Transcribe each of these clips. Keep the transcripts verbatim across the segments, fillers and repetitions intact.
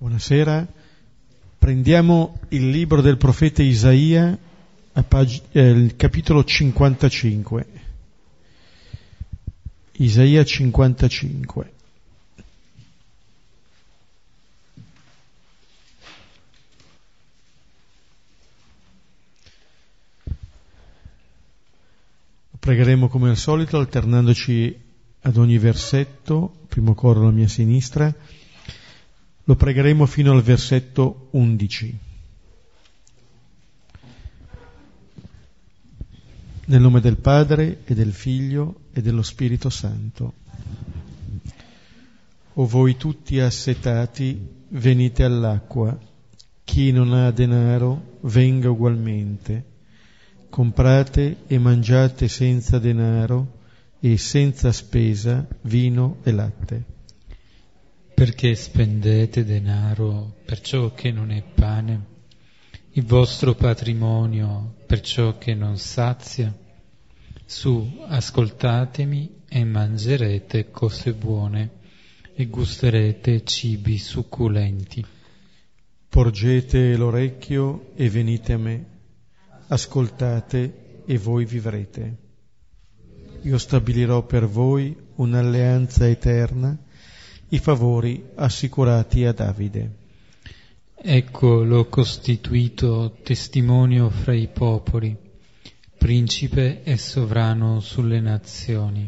Buonasera, prendiamo il libro del profeta Isaia, a pag- eh, il capitolo cinquantacinque. Isaia cinquantacinque. Pregheremo come al solito alternandoci ad ogni versetto, primo coro alla mia sinistra. Lo pregheremo fino al versetto undici. Nel nome del Padre e del Figlio e dello Spirito Santo. O voi tutti assetati, venite all'acqua. Chi non ha denaro, venga ugualmente. Comprate e mangiate senza denaro e senza spesa vino e latte. Perché spendete denaro per ciò che non è pane, il vostro patrimonio per ciò che non sazia? Su, ascoltatemi e mangerete cose buone e gusterete cibi succulenti. Porgete l'orecchio e venite a me, ascoltate e voi vivrete. Io stabilirò per voi un'alleanza eterna, i favori assicurati a Davide. Ecco l'ho costituito testimonio fra i popoli, principe e sovrano sulle nazioni.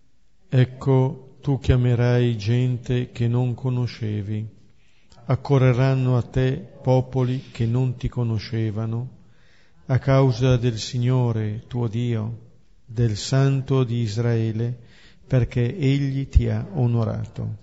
Ecco tu chiamerai gente che non conoscevi, accorreranno a te popoli che non ti conoscevano, a causa del Signore tuo Dio, del Santo di Israele, perché Egli ti ha onorato.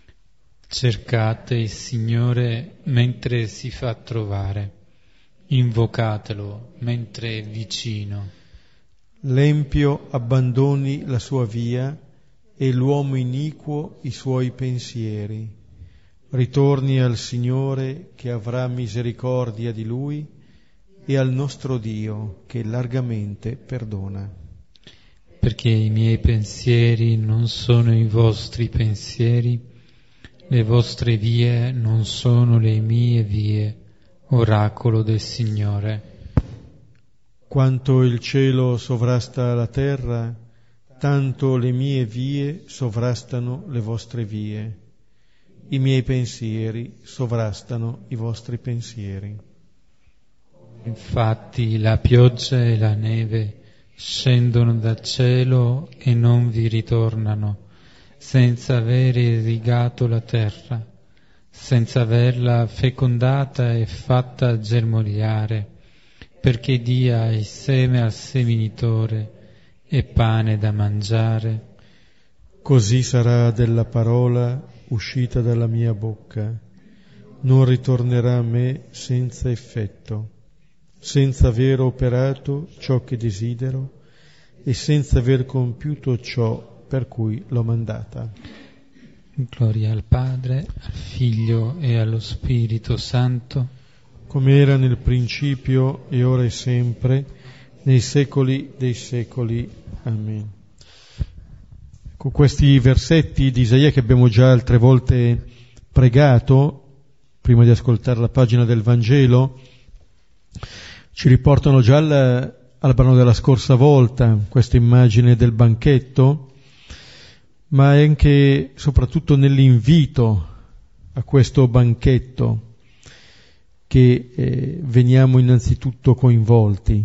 Cercate il Signore mentre si fa trovare, invocatelo mentre è vicino. L'empio abbandoni la sua via e l'uomo iniquo i suoi pensieri. Ritorni al Signore che avrà misericordia di lui e al nostro Dio che largamente perdona. Perché i miei pensieri non sono i vostri pensieri, le vostre vie non sono le mie vie, oracolo del Signore. Quanto il cielo sovrasta la terra, tanto le mie vie sovrastano le vostre vie. I miei pensieri sovrastano i vostri pensieri. Infatti la pioggia e la neve scendono dal cielo e non vi ritornano, senza aver irrigato la terra, senza averla fecondata e fatta germogliare, perché dia il seme al seminatore e pane da mangiare. Così sarà della parola uscita dalla mia bocca, non ritornerà a me senza effetto, senza aver operato ciò che desidero e senza aver compiuto ciò per cui l'ho mandata. Gloria al Padre, al Figlio e allo Spirito Santo, come era nel principio e ora e sempre, nei secoli dei secoli. Amen. Con questi versetti di Isaia che abbiamo già altre volte pregato, prima di ascoltare la pagina del Vangelo, ci riportano già al, al brano della scorsa volta, questa immagine del banchetto, ma anche soprattutto nell'invito a questo banchetto che eh, veniamo innanzitutto coinvolti.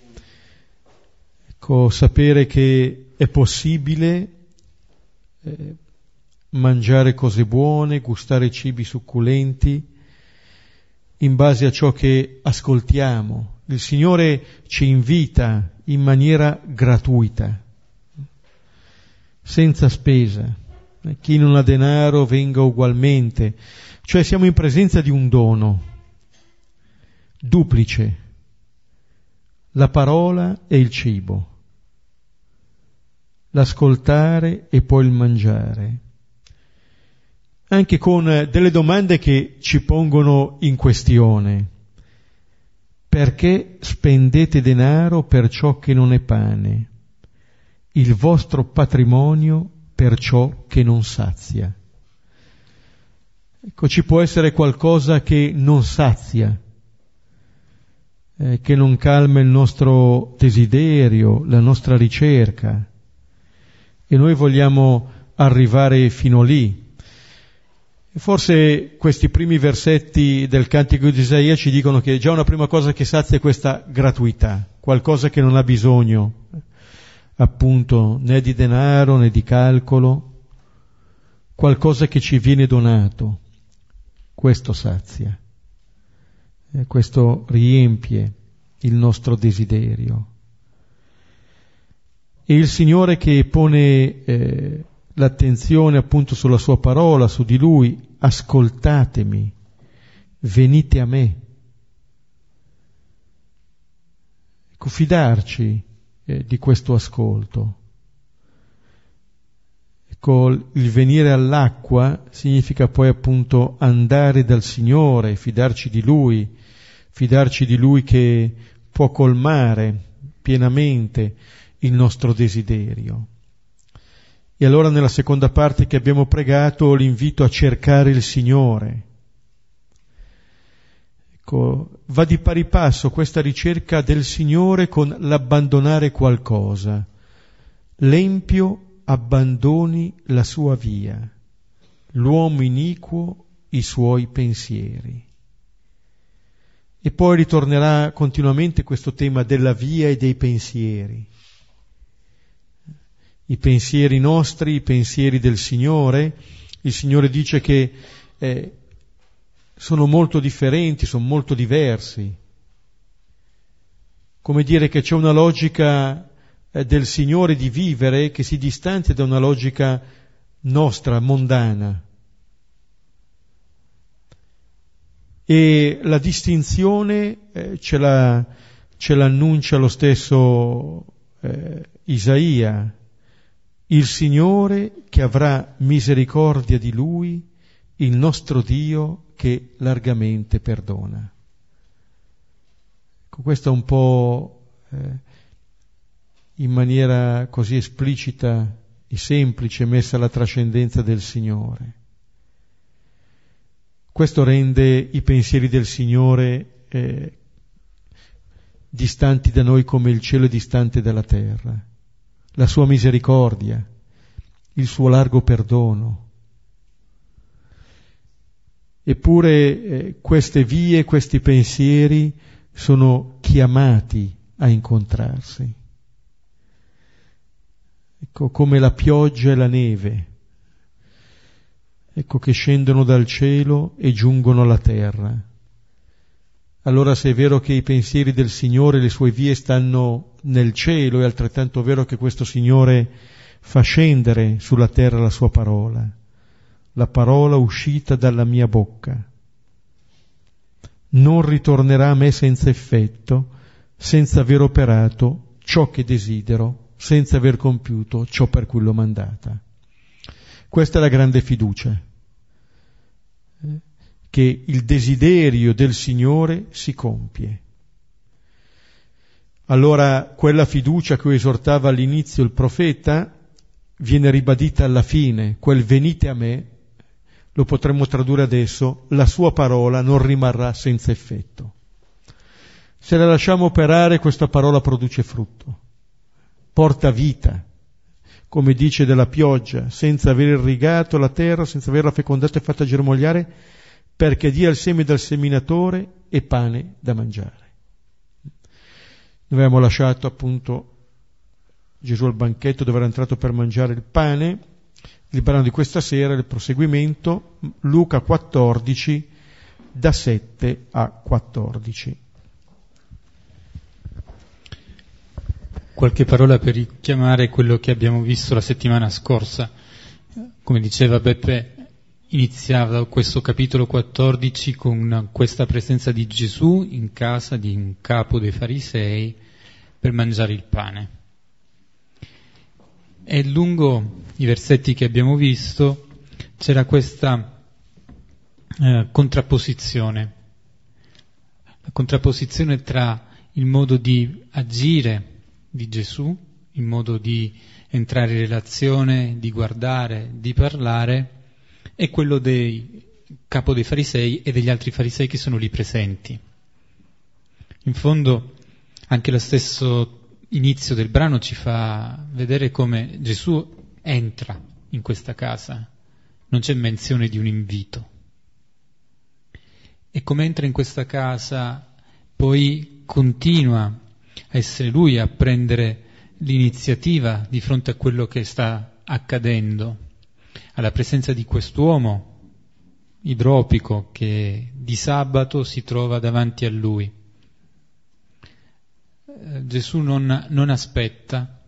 Ecco, sapere che è possibile eh, mangiare cose buone, gustare cibi succulenti in base a ciò che ascoltiamo. Il Signore ci invita in maniera gratuita, senza spesa. Chi non ha denaro venga ugualmente. Cioè siamo in presenza di un dono duplice, la parola e il cibo, l'ascoltare e poi il mangiare, anche con delle domande che ci pongono in questione. Perché spendete denaro per ciò che non è pane, il vostro patrimonio per ciò che non sazia? Ecco, ci può essere qualcosa che non sazia, eh, che non calma il nostro desiderio, la nostra ricerca, e noi vogliamo arrivare fino lì. Forse questi primi versetti del Cantico di Isaia ci dicono che già una prima cosa che sazia è questa gratuità, qualcosa che non ha bisogno appunto né di denaro né di calcolo, qualcosa che ci viene donato. Questo sazia, e questo riempie il nostro desiderio. E il Signore che pone eh, l'attenzione appunto sulla sua parola, su di Lui: ascoltatemi, venite a me. Ecco, fidarci eh, di questo ascolto. Ecco, il venire all'acqua significa poi appunto andare dal Signore, fidarci di Lui, fidarci di Lui che può colmare pienamente il nostro desiderio. E allora nella seconda parte che abbiamo pregato l'invito a cercare il Signore. Ecco, va di pari passo questa ricerca del Signore con l'abbandonare qualcosa. L'empio abbandoni la sua via, l'uomo iniquo i suoi pensieri. E poi ritornerà continuamente questo tema della via e dei pensieri. I pensieri nostri, i pensieri del Signore. Il Signore dice che eh, sono molto differenti, sono molto diversi. Come dire che c'è una logica eh, del Signore di vivere che si distanzia da una logica nostra, mondana. E la distinzione eh, ce, la, ce l'annuncia lo stesso eh, Isaia. Il Signore che avrà misericordia di Lui, il nostro Dio che largamente perdona. Ecco, questo è un po' eh, in maniera così esplicita e semplice messa la trascendenza del Signore. Questo rende i pensieri del Signore eh, distanti da noi come il cielo è distante dalla terra. La sua misericordia, il suo largo perdono. Eppure eh, queste vie, questi pensieri sono chiamati a incontrarsi. Ecco, come la pioggia e la neve, ecco che scendono dal cielo e giungono alla terra. Allora, se è vero che i pensieri del Signore, le sue vie stanno nel cielo, è altrettanto vero che questo Signore fa scendere sulla terra la sua parola, la parola uscita dalla mia bocca. Non ritornerà a me senza effetto, senza aver operato ciò che desidero, senza aver compiuto ciò per cui l'ho mandata. Questa è la grande fiducia, che il desiderio del Signore si compie. Allora quella fiducia a cui esortava all'inizio il profeta viene ribadita alla fine, quel venite a me, lo potremmo tradurre adesso: la sua parola non rimarrà senza effetto. Se la lasciamo operare, questa parola produce frutto, porta vita, come dice della pioggia, senza aver irrigato la terra, senza averla fecondata e fatta germogliare, perché dia il seme dal seminatore e pane da mangiare. Noi abbiamo lasciato appunto Gesù al banchetto dove era entrato per mangiare il pane. Il brano di questa sera, il proseguimento, Luca quattordici, da sette a quattordici. Qualche parola per richiamare quello che abbiamo visto la settimana scorsa. Come diceva Beppe, iniziava questo capitolo quattordici con questa presenza di Gesù in casa di un capo dei farisei per mangiare il pane. E lungo i versetti che abbiamo visto c'era questa eh, contrapposizione, la contrapposizione tra il modo di agire di Gesù, il modo di entrare in relazione, di guardare, di parlare, e quello dei capo dei farisei e degli altri farisei che sono lì presenti. In fondo anche lo stesso inizio del brano ci fa vedere come Gesù entra in questa casa, non c'è menzione di un invito. E come entra in questa casa, poi continua a essere lui a prendere l'iniziativa di fronte a quello che sta accadendo, alla presenza di quest'uomo idropico che di sabato si trova davanti a lui. Eh, Gesù non, non aspetta,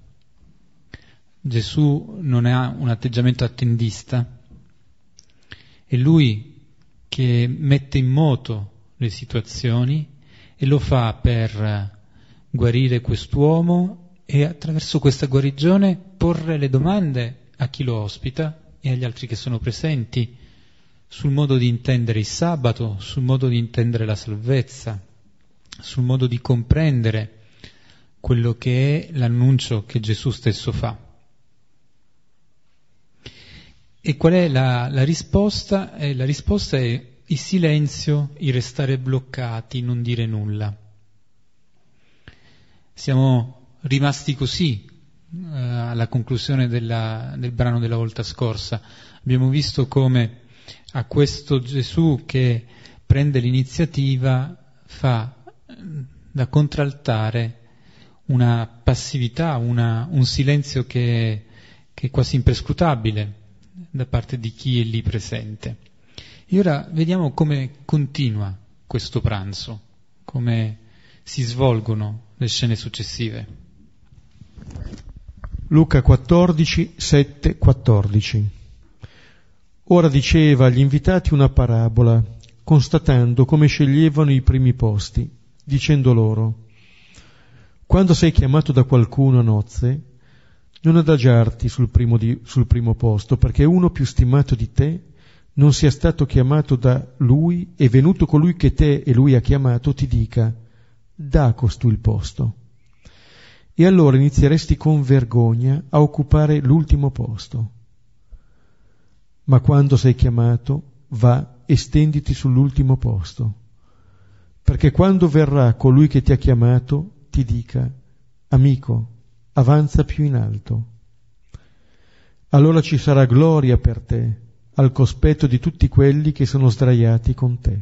Gesù non ha un atteggiamento attendista, è lui che mette in moto le situazioni e lo fa per guarire quest'uomo e attraverso questa guarigione porre le domande a chi lo ospita e agli altri che sono presenti sul modo di intendere il sabato, sul modo di intendere la salvezza, sul modo di comprendere quello che è l'annuncio che Gesù stesso fa. E qual è la, la risposta? Eh, la risposta è il silenzio, il restare bloccati, non dire nulla. Siamo rimasti così eh, alla conclusione della, del brano della volta scorsa. Abbiamo visto come a questo Gesù che prende l'iniziativa fa da contraltare una passività, una, un silenzio che, che è quasi imperscrutabile da parte di chi è lì presente. E ora vediamo come continua questo pranzo, come si svolgono le scene successive. Luca quattordici, sette, quattordici. Ora diceva agli invitati una parabola, constatando come sceglievano i primi posti, dicendo loro: quando sei chiamato da qualcuno a nozze, non adagiarti sul primo, di, sul primo posto, perché uno più stimato di te non sia stato chiamato da lui e venuto colui che te e lui ha chiamato ti dica: dà a costui il posto. E allora inizieresti con vergogna a occupare l'ultimo posto. Ma quando sei chiamato, va e stenditi sull'ultimo posto, perché quando verrà colui che ti ha chiamato ti dica: amico, avanza più in alto. Allora ci sarà gloria per te, al cospetto di tutti quelli che sono sdraiati con te.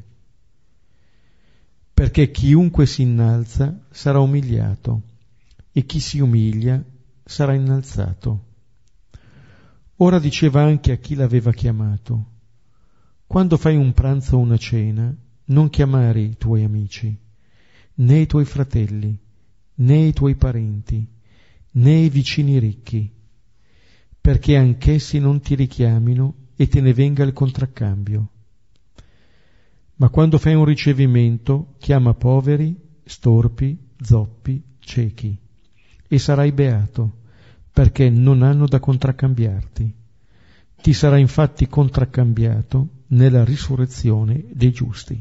Perché chiunque si innalza sarà umiliato, e chi si umilia sarà innalzato. Ora diceva anche a chi l'aveva chiamato: quando fai un pranzo o una cena, non chiamare i tuoi amici, né i tuoi fratelli, né i tuoi parenti, né i vicini ricchi, perché anch'essi non ti richiamino e te ne venga il contraccambio. Ma quando fai un ricevimento, chiama poveri, storpi, zoppi, ciechi, e sarai beato, perché non hanno da contraccambiarti. Ti sarà infatti contraccambiato nella risurrezione dei giusti.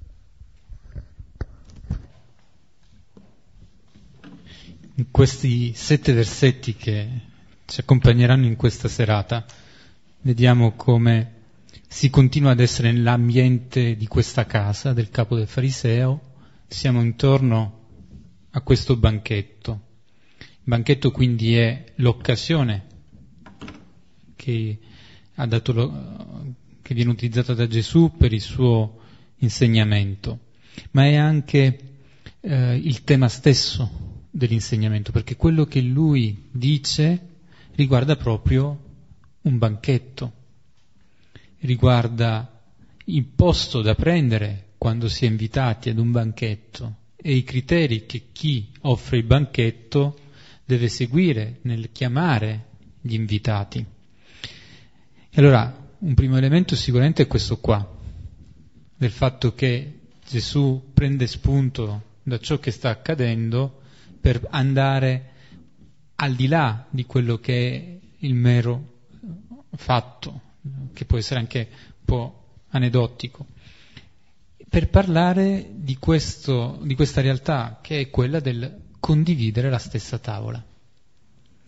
In questi sette versetti che ci accompagneranno in questa serata, vediamo come si continua ad essere nell'ambiente di questa casa del capo del fariseo. Siamo intorno a questo banchetto. Il banchetto quindi è l'occasione che ha dato lo, che viene utilizzata da Gesù per il suo insegnamento, ma è anche eh, il tema stesso dell'insegnamento, perché quello che lui dice riguarda proprio un banchetto, riguarda il posto da prendere quando si è invitati ad un banchetto e i criteri che chi offre il banchetto deve seguire nel chiamare gli invitati. E allora un primo elemento sicuramente è questo qua, del fatto che Gesù prende spunto da ciò che sta accadendo per andare al di là di quello che è il mero fatto, che può essere anche un po' aneddotico, per parlare di questo, di questa realtà che è quella del condividere la stessa tavola,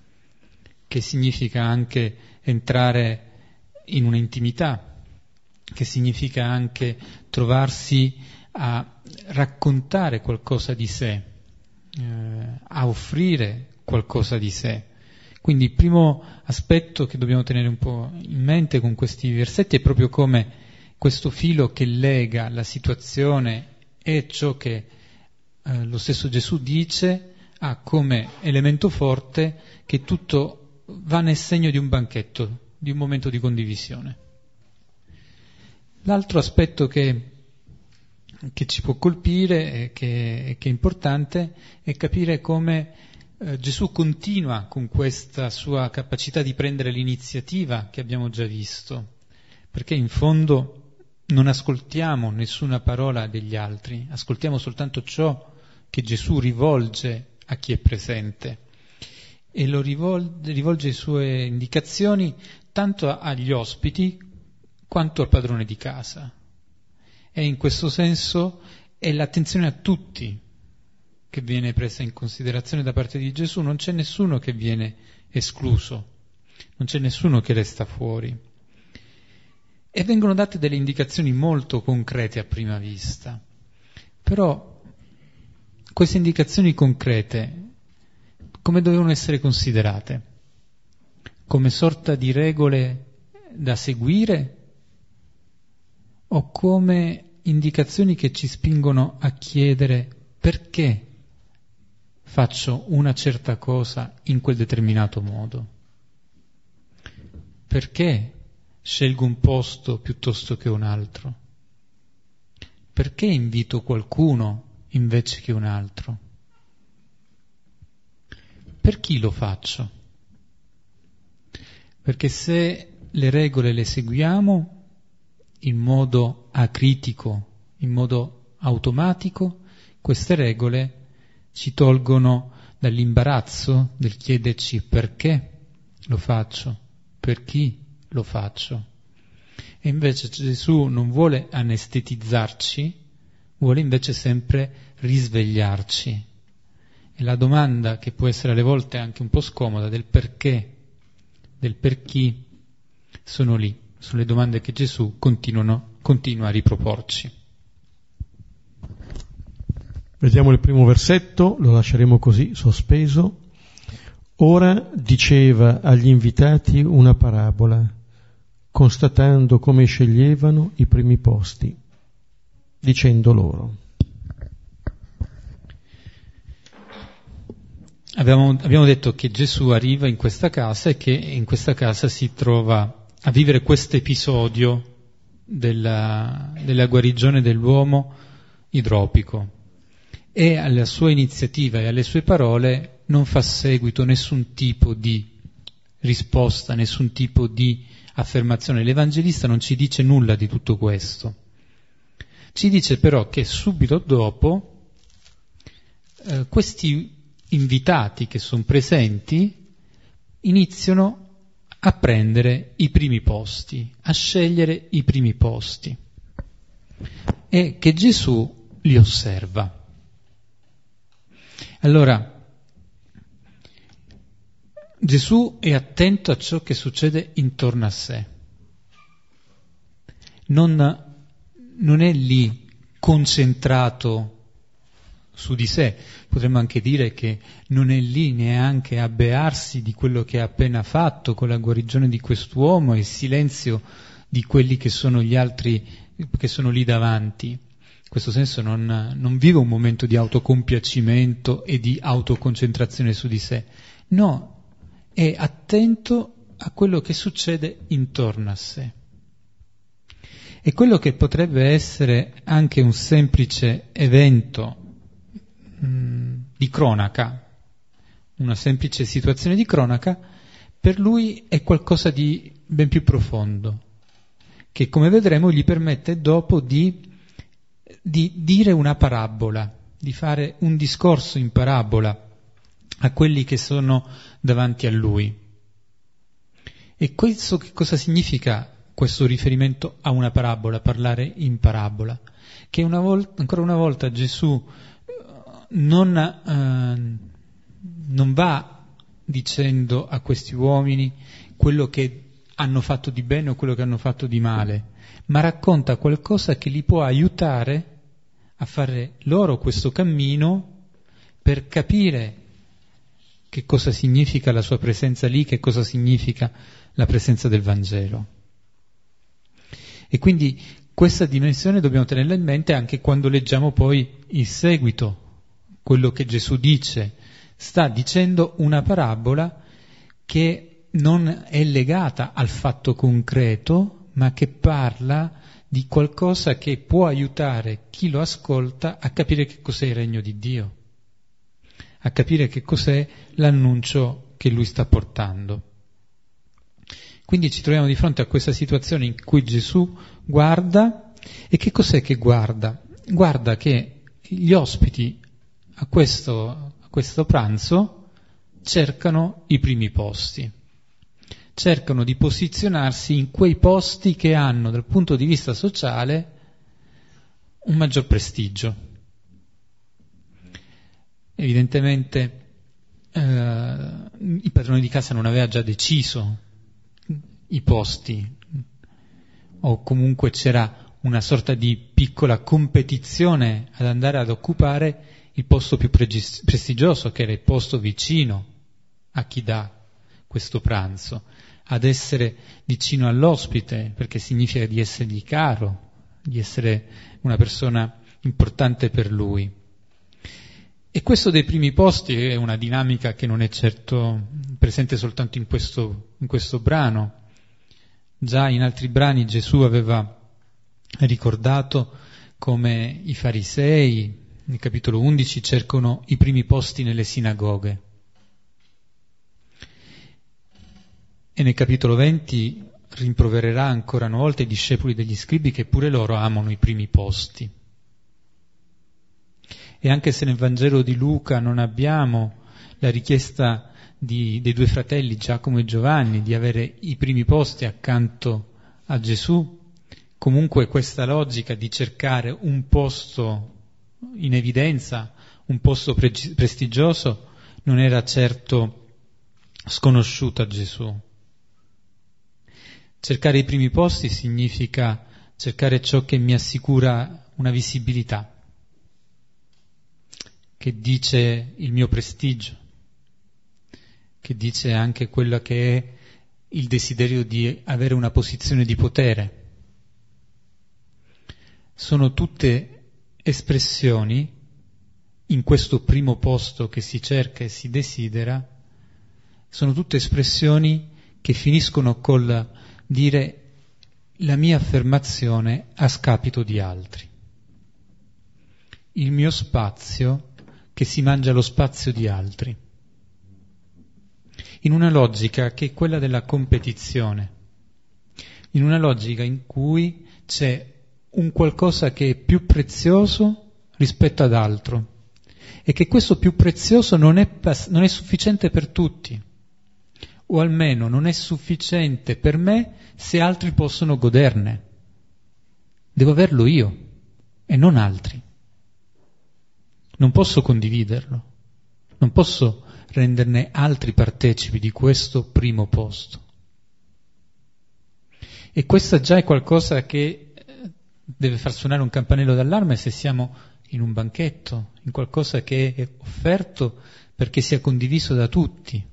che significa anche entrare in un'intimità, che significa anche trovarsi a raccontare qualcosa di sé, eh, a offrire qualcosa di sé. Quindi il primo aspetto che dobbiamo tenere un po' in mente con questi versetti è proprio come questo filo che lega la situazione e ciò che eh, lo stesso Gesù dice ha come elemento forte che tutto va nel segno di un banchetto, di un momento di condivisione. L'altro aspetto che, che ci può colpire e che, che è importante è capire come eh, Gesù continua con questa sua capacità di prendere l'iniziativa che abbiamo già visto, perché in fondo non ascoltiamo nessuna parola degli altri, ascoltiamo soltanto ciò che Gesù rivolge a chi è presente e lo rivolge, rivolge le sue indicazioni tanto agli ospiti quanto al padrone di casa. E in questo senso è l'attenzione a tutti che viene presa in considerazione da parte di Gesù, non c'è nessuno che viene escluso, non c'è nessuno che resta fuori. E vengono date delle indicazioni molto concrete a prima vista, però queste indicazioni concrete come dovevano essere considerate? Come sorta di regole da seguire o come indicazioni che ci spingono a chiedere perché faccio una certa cosa in quel determinato modo? Perché scelgo un posto piuttosto che un altro? Perché invito qualcuno invece che un altro? Per chi lo faccio? Perché se le regole le seguiamo in modo acritico, in modo automatico, queste regole ci tolgono dall'imbarazzo del chiederci perché lo faccio, per chi lo faccio. E invece Gesù non vuole anestetizzarci, vuole invece sempre risvegliarci. E la domanda, che può essere alle volte anche un po' scomoda, del perché, del per chi, sono lì. Sono le domande che Gesù continuano, continua a riproporci. Vediamo il primo versetto, lo lasceremo così sospeso. Ora diceva agli invitati una parabola, constatando come sceglievano i primi posti, dicendo loro. Abbiamo, abbiamo detto che Gesù arriva in questa casa e che in questa casa si trova a vivere questo episodio della, della guarigione dell'uomo idropico, e alla sua iniziativa e alle sue parole non fa seguito nessun tipo di risposta, nessun tipo di affermazione. L'Evangelista non ci dice nulla di tutto questo, ci dice però che subito dopo eh, questi invitati che sono presenti iniziano a prendere i primi posti, a scegliere i primi posti, e che Gesù li osserva. Allora, Gesù è attento a ciò che succede intorno a sé, non, non è lì concentrato su di sé. Potremmo anche dire che non è lì neanche a bearsi di quello che ha appena fatto con la guarigione di quest'uomo e il silenzio di quelli che sono gli altri che sono lì davanti. In questo senso non, non vive un momento di autocompiacimento e di autoconcentrazione su di sé. No, è attento a quello che succede intorno a sé. E quello che potrebbe essere anche un semplice evento di cronaca, una semplice situazione di cronaca, per lui è qualcosa di ben più profondo, che come vedremo gli permette dopo di, di dire una parabola, di fare un discorso in parabola a quelli che sono davanti a lui. E questo che cosa significa questo riferimento a una parabola, parlare in parabola? Che una volta, ancora una volta Gesù Non, eh, non va dicendo a questi uomini quello che hanno fatto di bene o quello che hanno fatto di male, ma racconta qualcosa che li può aiutare a fare loro questo cammino per capire che cosa significa la sua presenza lì, che cosa significa la presenza del Vangelo. E quindi questa dimensione dobbiamo tenerla in mente anche quando leggiamo poi il seguito, quello che Gesù dice. Sta dicendo una parabola che non è legata al fatto concreto, ma che parla di qualcosa che può aiutare chi lo ascolta a capire che cos'è il regno di Dio, a capire che cos'è l'annuncio che lui sta portando. Quindi ci troviamo di fronte a questa situazione in cui Gesù guarda, e che cos'è che guarda? Guarda che gli ospiti a questo, a questo pranzo cercano i primi posti, cercano di posizionarsi in quei posti che hanno dal punto di vista sociale un maggior prestigio. Evidentemente eh, il padrone di casa non aveva già deciso i posti, o comunque c'era una sorta di piccola competizione ad andare ad occupare il posto più pregis- prestigioso, che era il posto vicino a chi dà questo pranzo, ad essere vicino all'ospite, perché significa di essergli caro, di essere una persona importante per lui. E questo dei primi posti è una dinamica che non è certo presente soltanto in questo, in questo brano. Già in altri brani Gesù aveva ricordato come i farisei, nel capitolo undici, cercano i primi posti nelle sinagoghe. E nel capitolo venti rimprovererà ancora una volta i discepoli degli scribi che pure loro amano i primi posti. E anche se nel Vangelo di Luca non abbiamo la richiesta di, dei due fratelli Giacomo e Giovanni di avere i primi posti accanto a Gesù, comunque questa logica di cercare un posto in evidenza, un posto pre- prestigioso, non era certo sconosciuta a Gesù. Cercare i primi posti significa cercare ciò che mi assicura una visibilità, che dice il mio prestigio, che dice anche quello che è il desiderio di avere una posizione di potere. Sono tutte espressioni, in questo primo posto che si cerca e si desidera, sono tutte espressioni che finiscono col dire la mia affermazione a scapito di altri. Il mio spazio che si mangia lo spazio di altri. In una logica che è quella della competizione, in una logica in cui c'è un qualcosa che è più prezioso rispetto ad altro e che questo più prezioso non è, non è sufficiente per tutti, o almeno non è sufficiente per me se altri possono goderne. Devo averlo io e non altri. Non posso condividerlo, non posso renderne altri partecipi di questo primo posto. E questo già è qualcosa che deve far suonare un campanello d'allarme se siamo in un banchetto, in qualcosa che è offerto perché sia condiviso da tutti.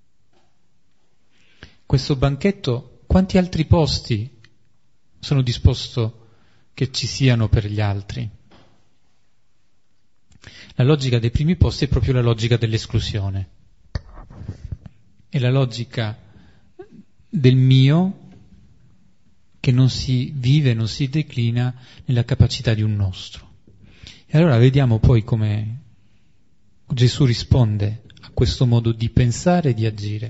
Questo banchetto, quanti altri posti sono disposto che ci siano per gli altri? La logica dei primi posti è proprio la logica dell'esclusione. È la logica del mio che non si vive, non si declina nella capacità di un nostro. E allora vediamo poi come Gesù risponde a questo modo di pensare e di agire.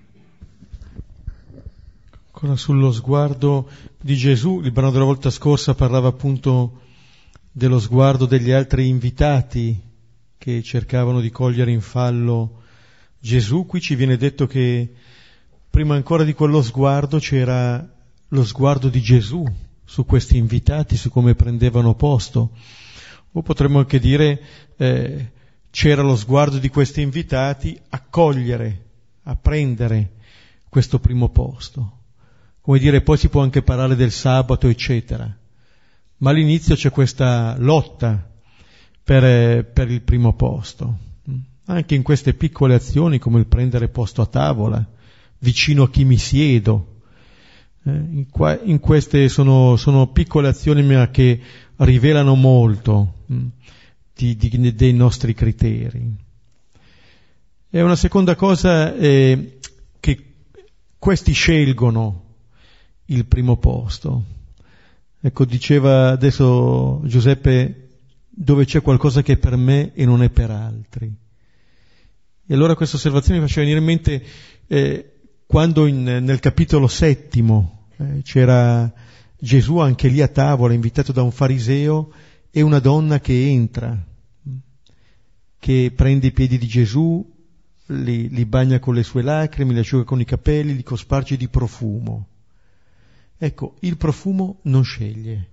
Ancora sullo sguardo di Gesù, il brano della volta scorsa parlava appunto dello sguardo degli altri invitati che cercavano di cogliere in fallo Gesù. Qui ci viene detto che prima ancora di quello sguardo c'era lo sguardo di Gesù su questi invitati, su come prendevano posto. O potremmo anche dire eh, c'era lo sguardo di questi invitati a cogliere, a prendere questo primo posto. come dire, poi si può anche parlare del sabato, eccetera. Ma all'inizio c'è questa lotta per, per il primo posto. Anche in queste piccole azioni, come il prendere posto a tavola, vicino a chi mi siedo. Eh, in, qua, in queste sono, sono piccole azioni ma che rivelano molto mh, di, di, dei nostri criteri. E una seconda cosa è che questi scelgono il primo posto. Ecco, diceva adesso Giuseppe, dove c'è qualcosa che è per me e non è per altri. E allora questa osservazione mi faceva venire in mente eh, quando in, nel capitolo settimo eh, c'era Gesù anche lì a tavola, invitato da un fariseo, e una donna che entra, che prende i piedi di Gesù, li, li bagna con le sue lacrime, li asciuga con i capelli, li cosparge di profumo. Ecco, il profumo non sceglie.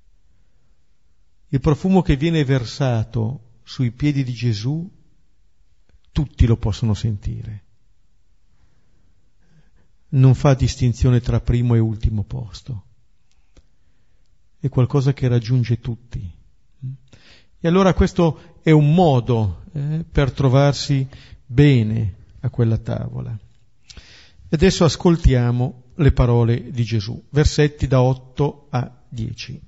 Il profumo che viene versato sui piedi di Gesù, tutti lo possono sentire. Non fa distinzione tra primo e ultimo posto. È qualcosa che raggiunge tutti. E allora questo è un modo eh, per trovarsi bene a quella tavola. E adesso ascoltiamo le parole di Gesù, versetti da otto a dieci.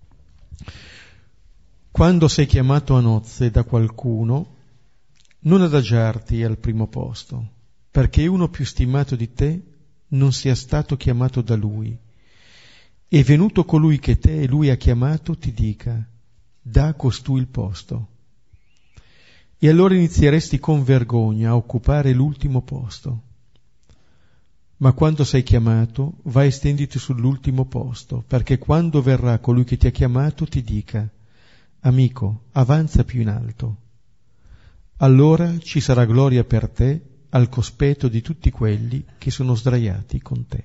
Quando sei chiamato a nozze da qualcuno, non adagiarti al primo posto, perché uno più stimato di te non sia stato chiamato da lui. E venuto colui che te e lui ha chiamato, ti dica: dà a costui il posto. E allora inizieresti con vergogna a occupare l'ultimo posto. Ma quando sei chiamato, vai e stenditi sull'ultimo posto, perché quando verrà colui che ti ha chiamato, ti dica: amico, avanza più in alto. Allora ci sarà gloria per te al cospetto di tutti quelli che sono sdraiati con te.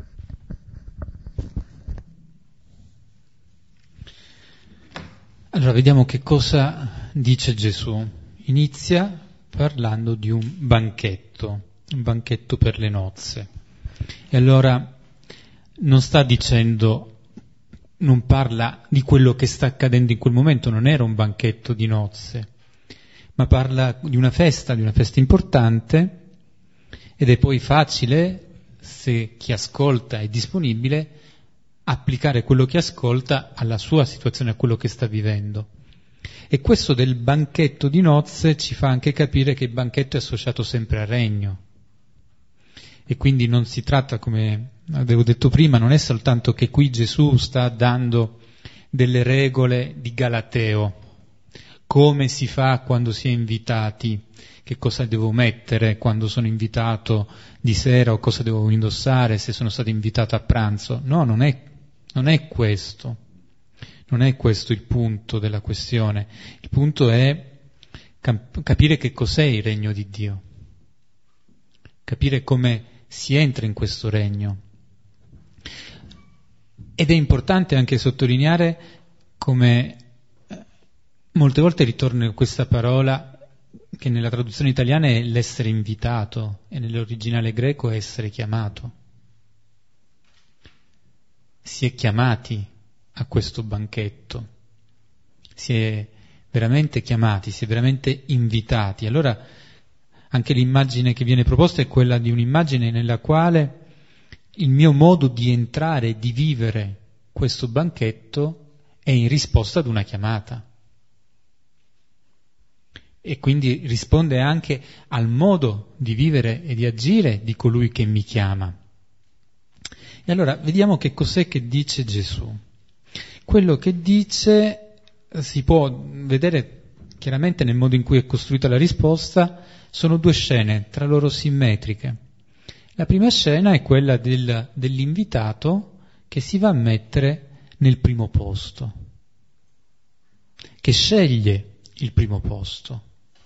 Allora vediamo che cosa dice Gesù. Inizia parlando di un banchetto, un banchetto per le nozze. E allora non sta dicendo, non parla di quello che sta accadendo in quel momento, non era un banchetto di nozze, ma parla di una festa, di una festa importante, ed è poi facile, se chi ascolta è disponibile, applicare quello che ascolta alla sua situazione, a quello che sta vivendo. E questo del banchetto di nozze ci fa anche capire che il banchetto è associato sempre al regno. E quindi non si tratta, come avevo detto prima, non è soltanto che qui Gesù sta dando delle regole di galateo, come si fa quando si è invitati, che cosa devo mettere quando sono invitato di sera o cosa devo indossare se sono stato invitato a pranzo. No, non è, non è questo, non è questo il punto della questione. Il punto è cap- capire che cos'è il regno di Dio, capire come si entra in questo regno. Ed è importante anche sottolineare come molte volte ritorna questa parola che nella traduzione italiana è l'essere invitato e nell'originale greco è essere chiamato. Si è chiamati a questo banchetto, si è veramente chiamati, si è veramente invitati. Allora anche l'immagine che viene proposta è quella di un'immagine nella quale il mio modo di entrare, di vivere questo banchetto è in risposta ad una chiamata. E quindi risponde anche al modo di vivere e di agire di colui che mi chiama. E allora vediamo che cos'è che dice Gesù. Quello che dice si può vedere chiaramente nel modo in cui è costruita la risposta. Sono due scene tra loro simmetriche. La prima scena è quella del, dell'invitato che si va a mettere nel primo posto, che sceglie il primo posto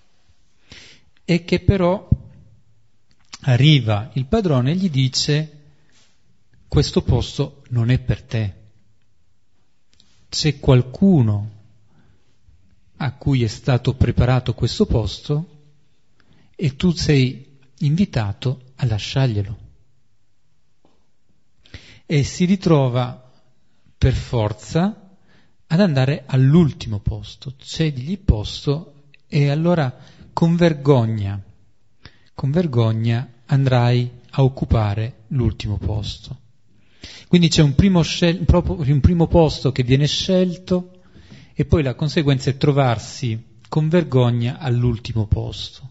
e che però arriva il padrone e gli dice: questo posto non è per te, c'è qualcuno a cui è stato preparato questo posto e tu sei invitato a lasciarglielo. e si ritrova per forza ad andare all'ultimo posto, cedigli posto e allora con vergogna, con vergogna andrai a occupare l'ultimo posto. Quindi c'è un primo, scel- proprio un primo posto che viene scelto e poi la conseguenza è trovarsi con vergogna all'ultimo posto.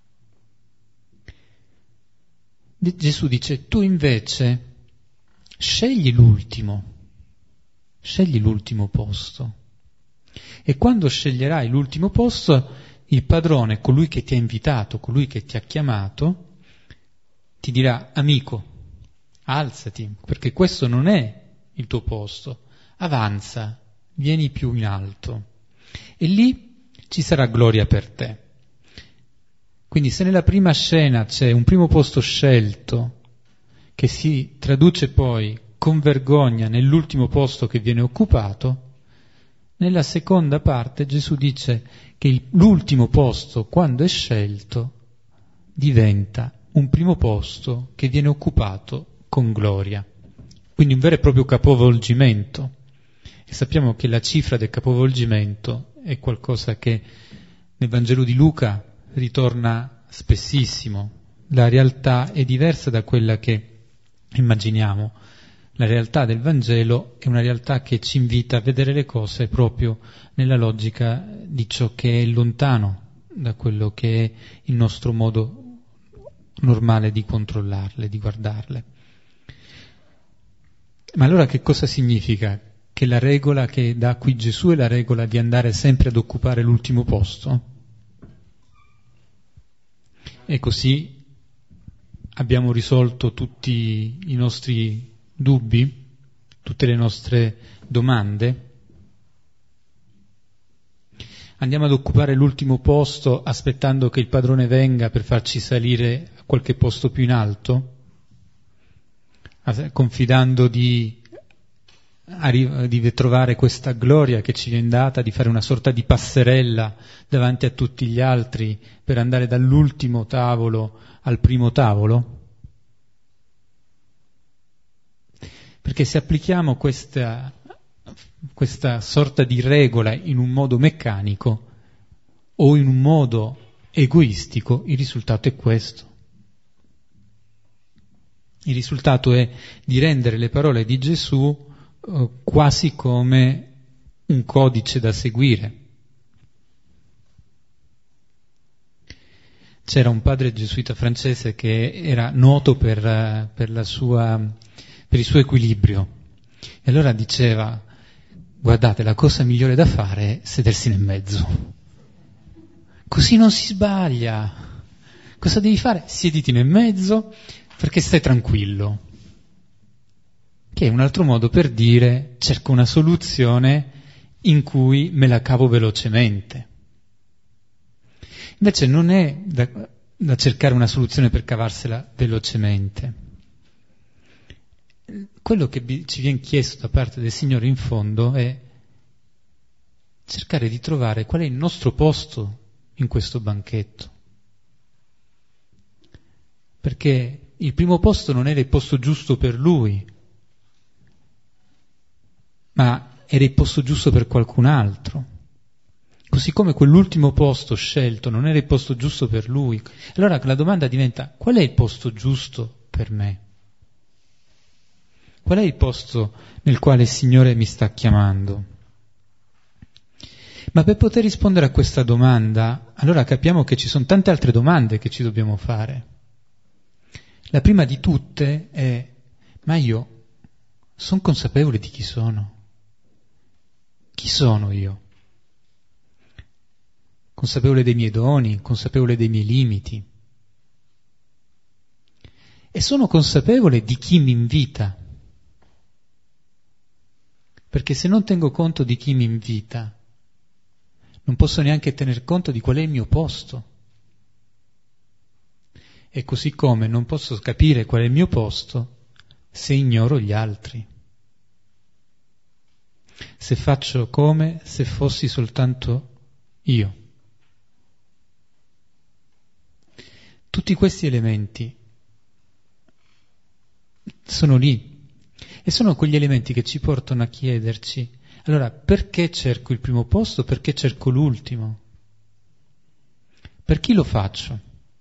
Gesù dice, tu invece scegli l'ultimo, scegli l'ultimo posto. E quando sceglierai l'ultimo posto, il padrone, colui che ti ha invitato, colui che ti ha chiamato, ti dirà, amico, alzati, perché questo non è il tuo posto, avanza, vieni più in alto. E lì ci sarà gloria per te. Quindi se nella prima scena c'è un primo posto scelto che si traduce poi con vergogna nell'ultimo posto che viene occupato, nella seconda parte Gesù dice che il, l'ultimo posto, quando è scelto, diventa un primo posto che viene occupato con gloria. Quindi un vero e proprio capovolgimento. E sappiamo che la cifra del capovolgimento è qualcosa che nel Vangelo di Luca ritorna spessissimo. La realtà è diversa da quella che immaginiamo. La realtà del Vangelo è una realtà che ci invita a vedere le cose proprio nella logica di ciò che è lontano da quello che è il nostro modo normale di controllarle, di guardarle. Ma allora che cosa significa? Che la regola che dà qui Gesù è la regola di andare sempre ad occupare l'ultimo posto? E così abbiamo risolto tutti i nostri dubbi, tutte le nostre domande? Andiamo ad occupare l'ultimo posto aspettando che il padrone venga per farci salire a qualche posto più in alto? Confidando di, di trovare questa gloria che ci viene data, di fare una sorta di passerella davanti a tutti gli altri per andare dall'ultimo tavolo al primo tavolo? Perché se applichiamo questa, questa sorta di regola in un modo meccanico o in un modo egoistico, il risultato è questo. Il risultato è di rendere le parole di Gesù eh, quasi come un codice da seguire. C'era un padre gesuita francese che era noto per, per, la sua, per il suo equilibrio. E allora diceva, guardate, la cosa migliore da fare è sedersi nel mezzo. Così non si sbaglia. Cosa devi fare? Siediti nel mezzo perché stai tranquillo. Che è un altro modo per dire, cerco una soluzione in cui me la cavo velocemente. Invece non è da, da cercare una soluzione per cavarsela velocemente. Quello che bi- ci viene chiesto da parte del Signore in fondo è cercare di trovare qual è il nostro posto in questo banchetto. Perché il primo posto non era il posto giusto per lui, ma era il posto giusto per qualcun altro. Così come quell'ultimo posto scelto non era il posto giusto per lui. Allora la domanda diventa, qual è il posto giusto per me? Qual è il posto nel quale il Signore mi sta chiamando? Ma per poter rispondere a questa domanda, allora capiamo che ci sono tante altre domande che ci dobbiamo fare. La prima di tutte è, ma io sono consapevole di chi sono? Chi sono io? Consapevole dei miei doni, consapevole dei miei limiti. E sono consapevole di chi mi invita. Perché se non tengo conto di chi mi invita, non posso neanche tener conto di qual è il mio posto. E così come non posso capire qual è il mio posto se ignoro gli altri. Se faccio come se fossi soltanto io. Tutti questi elementi sono lì E sono quegli elementi che ci portano a chiederci, allora, perché cerco il primo posto, perché cerco l'ultimo? Per chi lo faccio?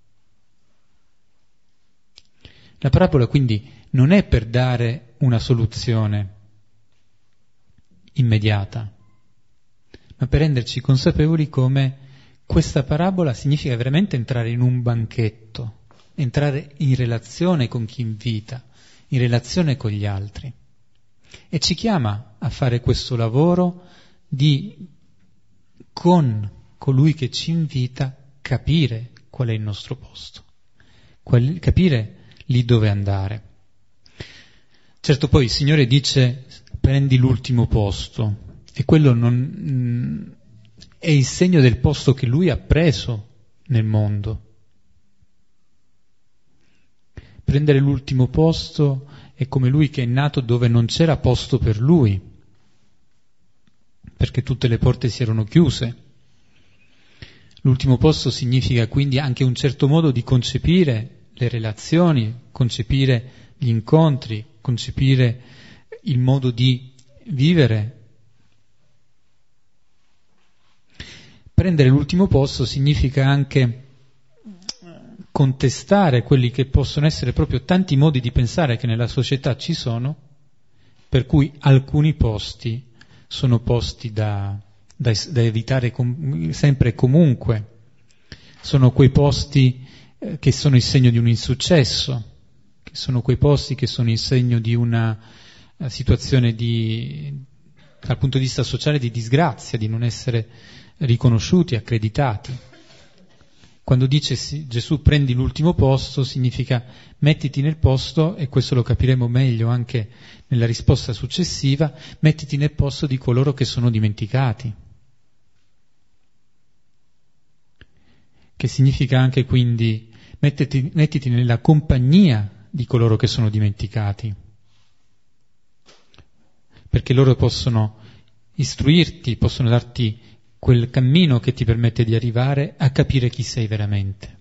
La parabola quindi non è per dare una soluzione immediata, ma per renderci consapevoli come questa parabola significa veramente entrare in un banchetto, entrare in relazione con chi invita, in relazione con gli altri. E ci chiama a fare questo lavoro di, con colui che ci invita, capire qual è il nostro posto, qual, capire lì dove andare. Certo, poi il Signore dice prendi l'ultimo posto, e quello non è il segno del posto che Lui ha preso nel mondo. Prendere l'ultimo posto è come Lui che è nato dove non c'era posto per Lui, perché tutte le porte si erano chiuse. L'ultimo posto significa quindi anche un certo modo di concepire le relazioni, concepire gli incontri, concepire il modo di vivere. Prendere l'ultimo posto significa anche contestare quelli che possono essere proprio tanti modi di pensare che nella società ci sono, per cui alcuni posti sono posti da, da, da evitare com- sempre e comunque. Sono quei posti eh, che sono il segno di un insuccesso, che sono quei posti che sono il segno di una uh, situazione di, dal punto di vista sociale, di disgrazia, di non essere riconosciuti, accreditati. Quando dice Gesù prendi l'ultimo posto, significa mettiti nel posto, e questo lo capiremo meglio anche nella risposta successiva, mettiti nel posto di coloro che sono dimenticati. Che significa anche quindi mettiti, mettiti nella compagnia di coloro che sono dimenticati, perché loro possono istruirti, possono darti quel cammino che ti permette di arrivare a capire chi sei veramente.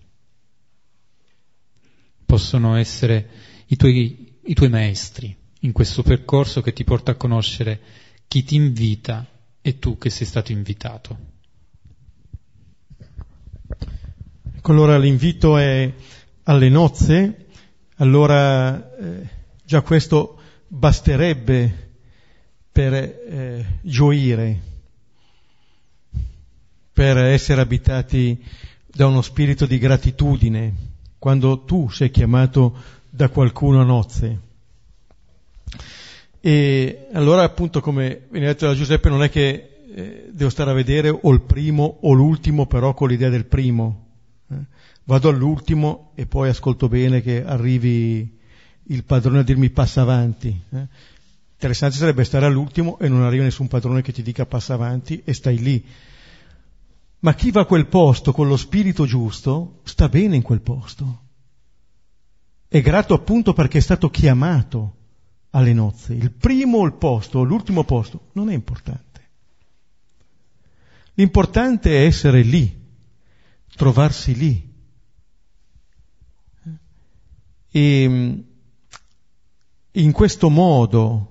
Possono essere i tuoi, i tuoi maestri in questo percorso che ti porta a conoscere chi ti invita e tu che sei stato invitato. Ecco, allora l'invito è alle nozze, allora eh, già questo basterebbe per eh, gioire, per essere abitati da uno spirito di gratitudine, quando tu sei chiamato da qualcuno a nozze. E allora, appunto, come viene detto da Giuseppe, non è che eh, devo stare a vedere o il primo o l'ultimo, però con l'idea del primo. Eh? Vado all'ultimo e poi ascolto bene che arrivi il padrone a dirmi passa avanti. Eh? Interessante sarebbe stare all'ultimo e non arriva nessun padrone che ti dica passa avanti e stai lì. Ma chi va a quel posto con lo spirito giusto sta bene in quel posto. È grato appunto perché è stato chiamato alle nozze. Il primo il posto, l'ultimo posto, non è importante. L'importante è essere lì, trovarsi lì. E in questo modo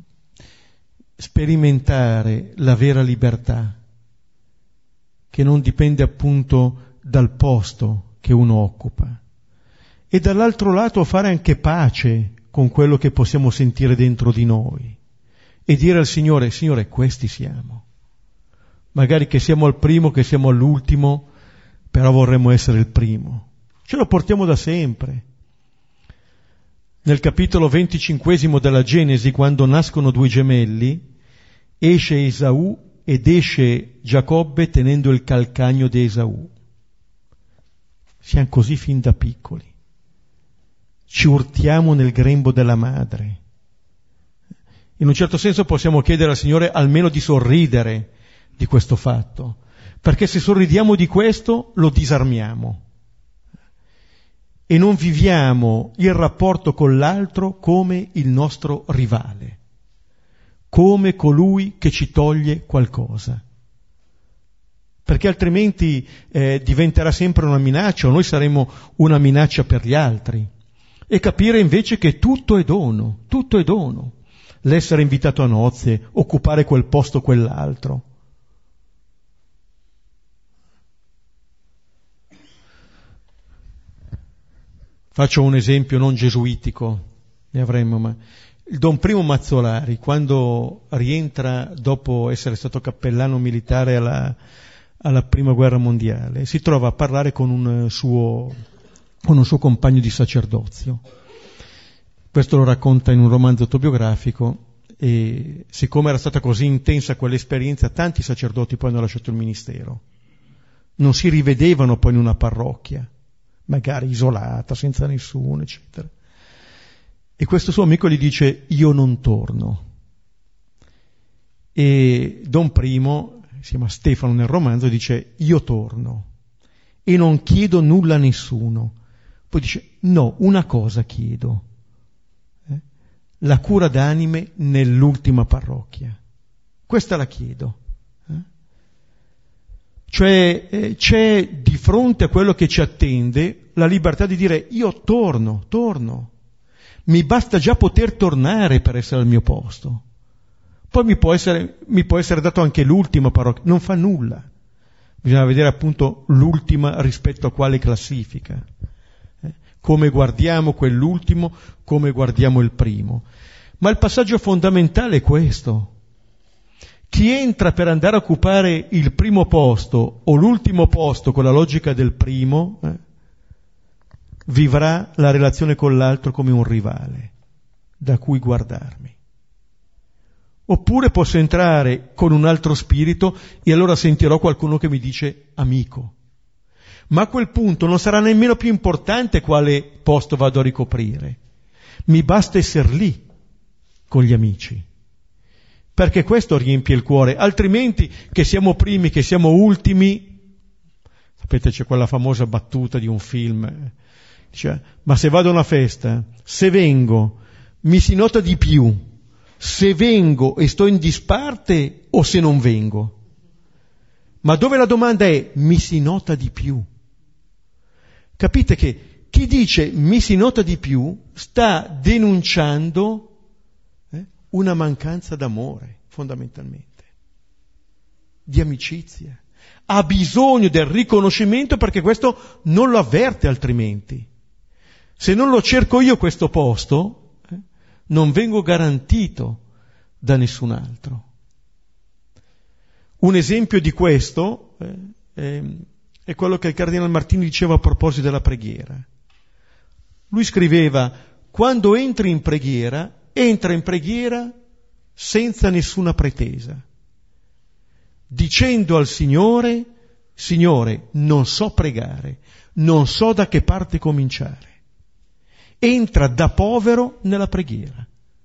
sperimentare la vera libertà, che non dipende appunto dal posto che uno occupa, e dall'altro lato fare anche pace con quello che possiamo sentire dentro di noi e dire al Signore, Signore, questi siamo. Magari che siamo al primo, che siamo all'ultimo, però vorremmo essere il primo. Ce lo portiamo da sempre. Nel capitolo venticinquesimo della Genesi, quando nascono due gemelli, esce Esaù ed esce Giacobbe tenendo il calcagno di Esaù. Siamo così fin da piccoli. Ci urtiamo nel grembo della madre. In un certo senso possiamo chiedere al Signore almeno di sorridere di questo fatto, perché se sorridiamo di questo lo disarmiamo e non viviamo il rapporto con l'altro come il nostro rivale, come colui che ci toglie qualcosa, perché altrimenti eh, diventerà sempre una minaccia, o noi saremo una minaccia per gli altri. E capire invece che tutto è dono, tutto è dono. l'essere invitato a nozze, occupare quel posto o quell'altro. Faccio un esempio non gesuitico, ne avremmo, ma il Don Primo Mazzolari, quando rientra dopo essere stato cappellano militare alla, alla Prima Guerra Mondiale, si trova a parlare con un suo, con un suo compagno di sacerdozio. Questo lo racconta in un romanzo autobiografico, e siccome era stata così intensa quell'esperienza, tanti sacerdoti poi hanno lasciato il ministero. Non si rivedevano poi in una parrocchia, magari isolata, senza nessuno, eccetera. E questo suo amico gli dice: io non torno. E Don Primo, si chiama Stefano nel romanzo, dice: io torno e non chiedo nulla a nessuno. Poi dice: no, una cosa chiedo, eh? la cura d'anime nell'ultima parrocchia. Questa la chiedo. Eh? Cioè eh, c'è di fronte a quello che ci attende la libertà di dire: io torno, torno. Mi basta già poter tornare per essere al mio posto. Poi mi può essere, mi può essere dato anche l'ultima parrocchia, non fa nulla. Bisogna vedere appunto l'ultima rispetto a quale classifica. Eh? Come guardiamo quell'ultimo, come guardiamo il primo. Ma il passaggio fondamentale è questo. Chi entra per andare a occupare il primo posto o l'ultimo posto con la logica del primo, eh, vivrà la relazione con l'altro come un rivale da cui guardarmi. Oppure posso entrare con un altro spirito e allora sentirò qualcuno che mi dice amico. Ma a quel punto non sarà nemmeno più importante quale posto vado a ricoprire. Mi basta essere lì con gli amici, perché questo riempie il cuore. Altrimenti, che siamo primi, che siamo ultimi, sapete, c'è quella famosa battuta di un film, dice: ma se vado a una festa, se vengo, mi si nota di più se vengo e sto in disparte o se non vengo. Ma dove la domanda è: mi si nota di più? Capite che chi dice mi si nota di più sta denunciando eh, una mancanza d'amore, fondamentalmente, di amicizia. Ha bisogno del riconoscimento perché questo non lo avverte altrimenti. Se non lo cerco io questo posto, eh, non vengo garantito da nessun altro. Un esempio di questo eh, è, è quello che il Cardinale Martini diceva a proposito della preghiera. Lui scriveva: quando entri in preghiera, entra in preghiera senza nessuna pretesa, dicendo al Signore: Signore, non so pregare, non so da che parte cominciare. Entra da povero nella preghiera.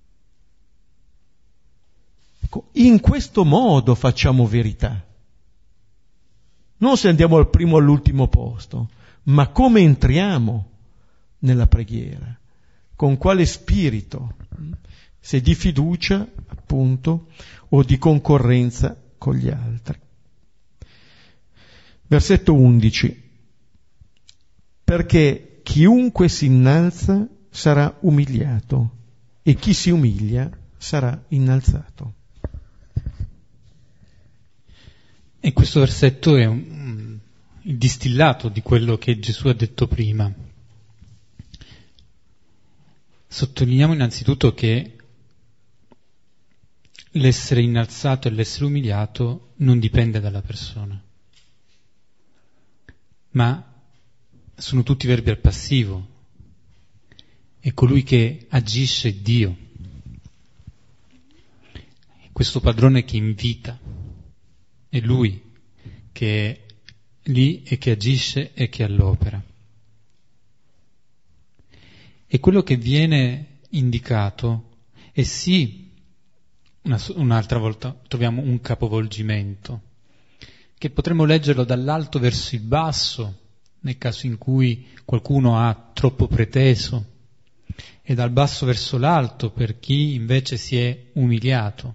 Ecco, in questo modo facciamo verità. Non se andiamo al primo o all'ultimo posto, ma come entriamo nella preghiera, con quale spirito, se di fiducia, appunto, o di concorrenza con gli altri. Versetto undici. Perché chiunque si innalza sarà umiliato e chi si umilia sarà innalzato. E questo versetto è un, il distillato di quello che Gesù ha detto prima. Sottolineiamo innanzitutto che l'essere innalzato e l'essere umiliato non dipende dalla persona, ma sono tutti verbi al passivo. È colui che agisce è Dio, è questo padrone che invita, è Lui che è lì e che agisce e che all'opera. E quello che viene indicato è sì, una, un'altra volta troviamo un capovolgimento, che potremmo leggerlo dall'alto verso il basso, nel caso in cui qualcuno ha troppo preteso, e dal basso verso l'alto per chi invece si è umiliato.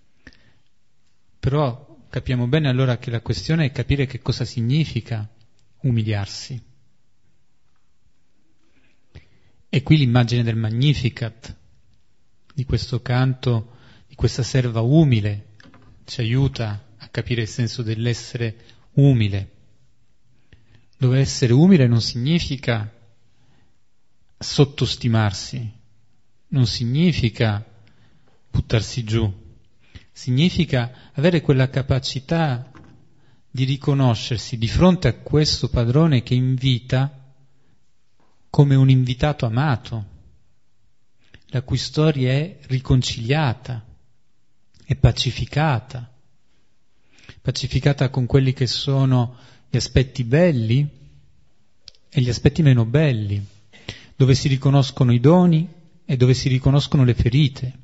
Però capiamo bene allora che la questione è capire che cosa significa umiliarsi. E qui l'immagine del Magnificat, di questo canto, di questa serva umile, ci aiuta a capire il senso dell'essere umile, dove essere umile non significa sottostimarsi, non significa buttarsi giù, significa avere quella capacità di riconoscersi di fronte a questo padrone che invita come un invitato amato, la cui storia è riconciliata, è pacificata, pacificata con quelli che sono gli aspetti belli e gli aspetti meno belli, dove si riconoscono i doni e dove si riconoscono le ferite.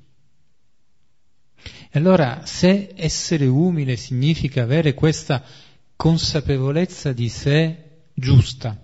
E allora, se essere umile significa avere questa consapevolezza di sé giusta,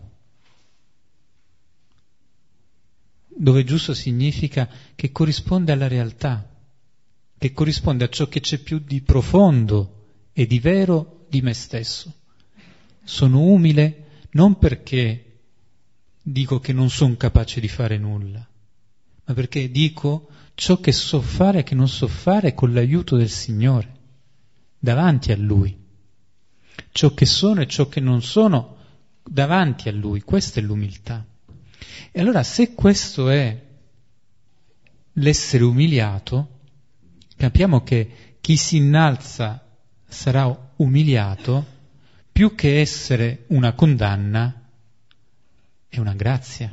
dove giusto significa che corrisponde alla realtà, che corrisponde a ciò che c'è più di profondo e di vero di me stesso. Sono umile non perché dico che non sono capace di fare nulla, ma perché dico ciò che so fare e che non so fare con l'aiuto del Signore, davanti a Lui. Ciò che sono e ciò che non sono davanti a Lui, questa è l'umiltà. E allora se questo è l'essere umiliato, capiamo che chi si innalza sarà umiliato, più che essere una condanna, è una grazia.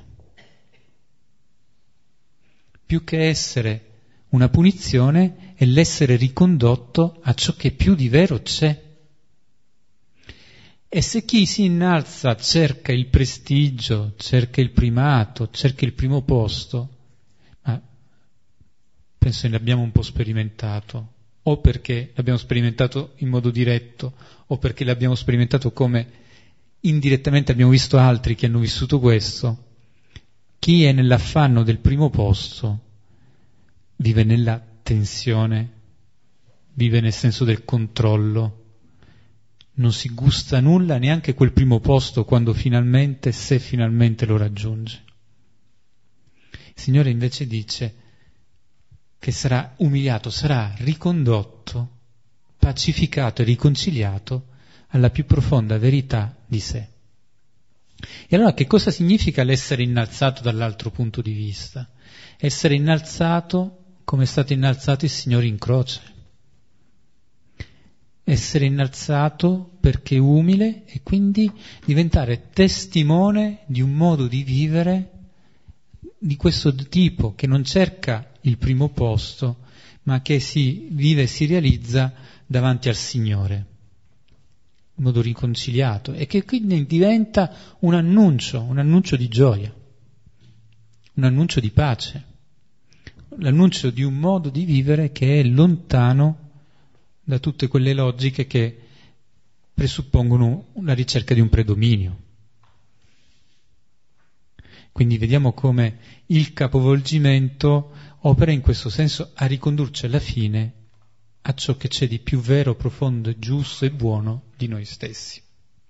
Più che essere una punizione, è l'essere ricondotto a ciò che più di vero c'è. E se chi si innalza cerca il prestigio, cerca il primato, cerca il primo posto, ma penso che l'abbiamo un po' sperimentato, o perché l'abbiamo sperimentato in modo diretto, o perché l'abbiamo sperimentato come indirettamente abbiamo visto altri che hanno vissuto questo. Chi è nell'affanno del primo posto vive nella tensione, vive nel senso del controllo, non si gusta nulla, neanche quel primo posto quando finalmente, se finalmente lo raggiunge. Il Signore invece dice che sarà umiliato, sarà ricondotto, pacificato e riconciliato alla più profonda verità di sé. E allora che cosa significa l'essere innalzato dall'altro punto di vista? Essere innalzato come è stato innalzato il Signore in croce. Essere innalzato perché umile e quindi diventare testimone di un modo di vivere di questo tipo che non cerca il primo posto, ma che si vive e si realizza davanti al Signore, in modo riconciliato, e che quindi diventa un annuncio, un annuncio di gioia, un annuncio di pace, l'annuncio di un modo di vivere che è lontano da tutte quelle logiche che presuppongono la ricerca di un predominio. Quindi vediamo come il capovolgimento opera in questo senso a ricondurci alla fine a ciò che c'è di più vero, profondo, giusto e buono di noi stessi.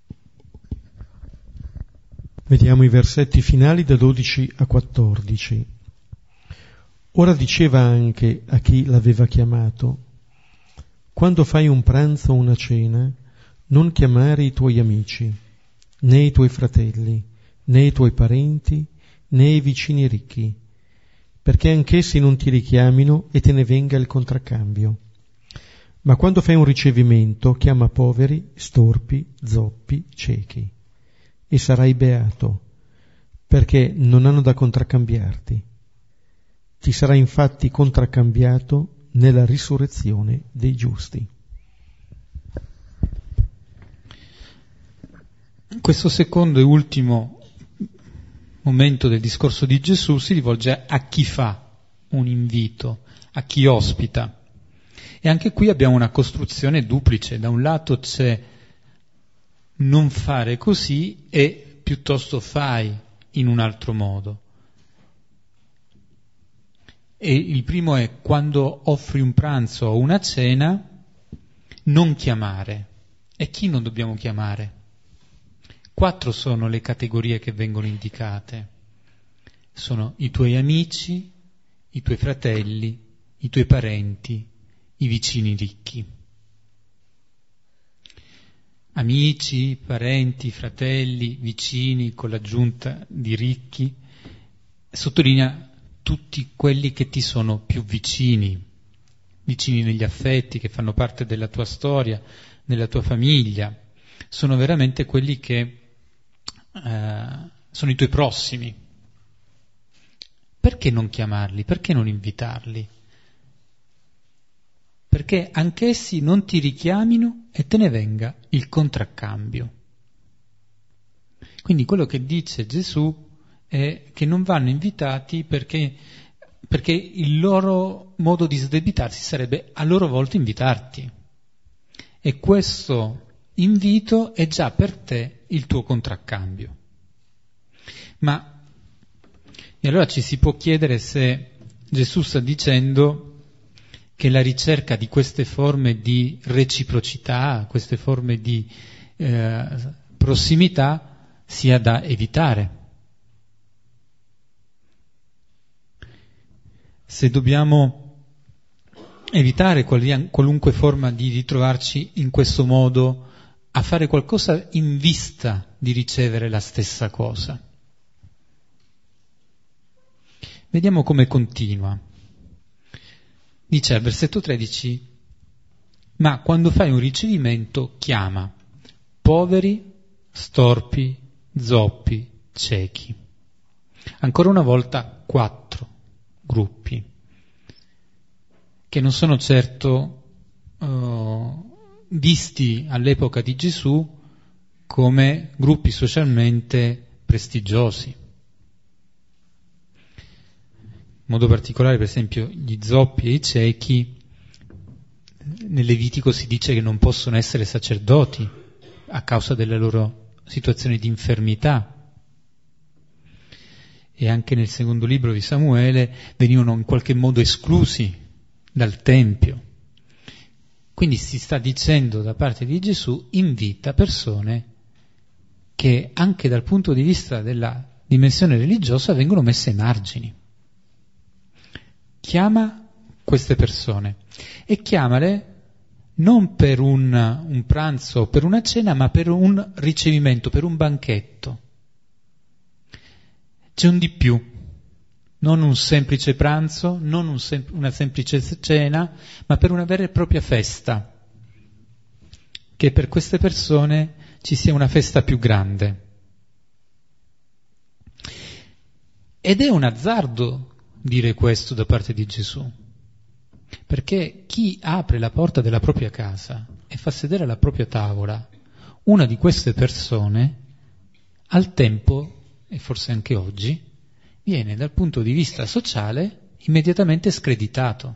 Vediamo i versetti finali da dodici a quattordici. Ora diceva anche a chi l'aveva chiamato: quando fai un pranzo o una cena, non chiamare i tuoi amici, né i tuoi fratelli, né i tuoi parenti, né i vicini ricchi, perché anch'essi non ti richiamino e te ne venga il contraccambio. Ma quando fai un ricevimento, chiama poveri, storpi, zoppi, ciechi, e sarai beato, perché non hanno da contraccambiarti. Ti sarà infatti contraccambiato nella risurrezione dei giusti. Questo secondo e ultimo momento del discorso di Gesù si rivolge a chi fa un invito, a chi ospita. E anche qui abbiamo una costruzione duplice. Da un lato c'è non fare così e piuttosto fai in un altro modo. E il primo è: quando offri un pranzo o una cena, non chiamare. E chi non dobbiamo chiamare? Quattro sono le categorie che vengono indicate. Sono i tuoi amici, i tuoi fratelli, i tuoi parenti, i vicini ricchi. Amici, parenti, fratelli, vicini, con l'aggiunta di ricchi, sottolinea tutti quelli che ti sono più vicini, vicini negli affetti, che fanno parte della tua storia, della tua famiglia, sono veramente quelli che eh, sono i tuoi prossimi. Perché non chiamarli? Perché non invitarli? Perché anch'essi non ti richiamino e te ne venga il contraccambio. Quindi quello che dice Gesù è che non vanno invitati perché, perché il loro modo di sdebitarsi sarebbe a loro volta invitarti. E questo invito è già per te il tuo contraccambio. Ma e allora ci si può chiedere se Gesù sta dicendo che la ricerca di queste forme di reciprocità, queste forme di eh, prossimità sia da evitare. Se dobbiamo evitare qualunque forma di ritrovarci in questo modo a fare qualcosa in vista di ricevere la stessa cosa. Vediamo come continua. Dice al versetto tredici, ma quando fai un ricevimento chiama poveri, storpi, zoppi, ciechi. Ancora una volta quattro gruppi, che non sono certo uh, visti all'epoca di Gesù come gruppi socialmente prestigiosi. In modo particolare, per esempio, gli zoppi e i ciechi, nel Levitico si dice che non possono essere sacerdoti a causa della loro situazione di infermità. E anche nel secondo libro di Samuele venivano in qualche modo esclusi dal Tempio. Quindi si sta dicendo da parte di Gesù, invita persone che anche dal punto di vista della dimensione religiosa vengono messe ai margini. Chiama queste persone e chiamale non per un, un pranzo o per una cena, ma per un ricevimento, per un banchetto. C'è un di più, non un semplice pranzo, non un sem- una semplice cena, ma per una vera e propria festa, che per queste persone ci sia una festa più grande. Ed è un azzardo dire questo da parte di Gesù, perché chi apre la porta della propria casa e fa sedere alla propria tavola una di queste persone, al tempo, e forse anche oggi, viene dal punto di vista sociale immediatamente screditato.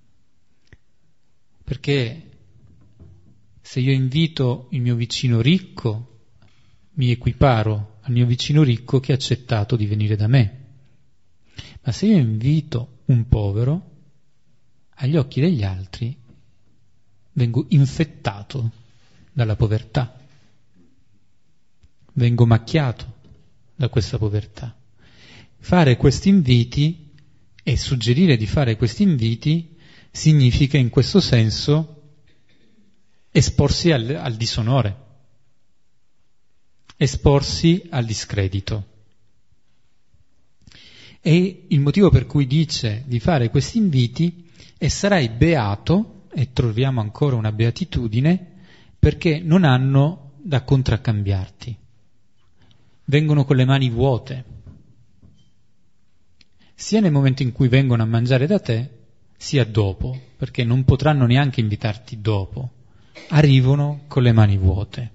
Perché se io invito il mio vicino ricco, mi equiparo al mio vicino ricco che ha accettato di venire da me. Ma se io invito un povero, agli occhi degli altri vengo infettato dalla povertà, vengo macchiato da questa povertà. Fare questi inviti e suggerire di fare questi inviti significa in questo senso esporsi al, al disonore, esporsi al discredito. E il motivo per cui dice di fare questi inviti è sarai beato, e troviamo ancora una beatitudine, perché non hanno da contraccambiarti. Vengono con le mani vuote. Sia nel momento in cui vengono a mangiare da te, sia dopo, perché non potranno neanche invitarti dopo. Arrivano con le mani vuote.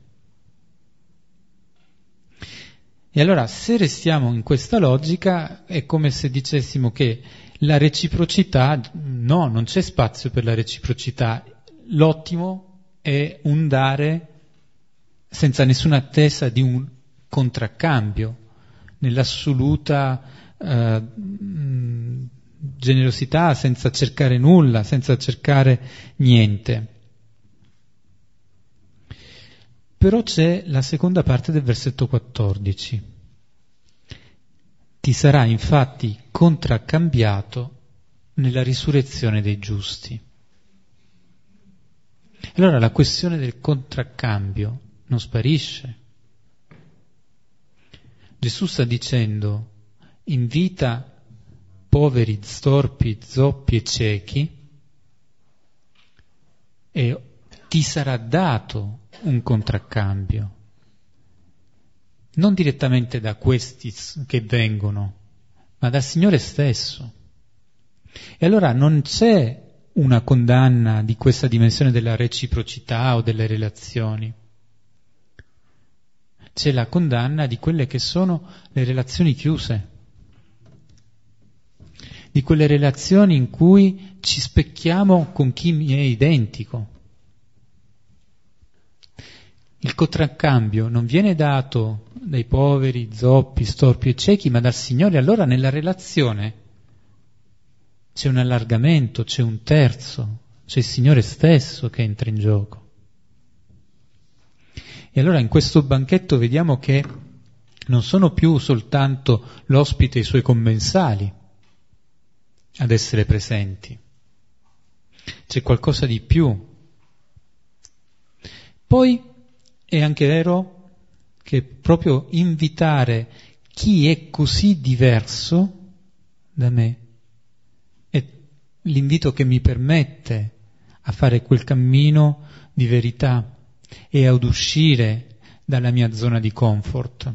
E allora, se restiamo in questa logica, è come se dicessimo che la reciprocità, no, non c'è spazio per la reciprocità. L'ottimo è un dare senza nessuna attesa di un contraccambio, nell'assoluta eh, generosità, senza cercare nulla, senza cercare niente. Però c'è la seconda parte del versetto quattordici. Ti sarà infatti contraccambiato nella risurrezione dei giusti. Allora la questione del contraccambio non sparisce. Gesù sta dicendo: invita poveri, storpi, zoppi e ciechi e ti sarà dato un contraccambio. Non direttamente da questi che vengono, ma dal Signore stesso. E allora non c'è una condanna di questa dimensione della reciprocità o delle relazioni. C'è la condanna di quelle che sono le relazioni chiuse, di quelle relazioni in cui ci specchiamo con chi mi è identico. Il contraccambio non viene dato dai poveri, zoppi, storpi e ciechi, ma dal Signore. Allora nella relazione c'è un allargamento, c'è un terzo, c'è il Signore stesso che entra in gioco. E allora in questo banchetto vediamo che non sono più soltanto l'ospite e i suoi commensali ad essere presenti. C'è qualcosa di più. Poi è anche vero che proprio invitare chi è così diverso da me è l'invito che mi permette a fare quel cammino di verità e ad uscire dalla mia zona di comfort.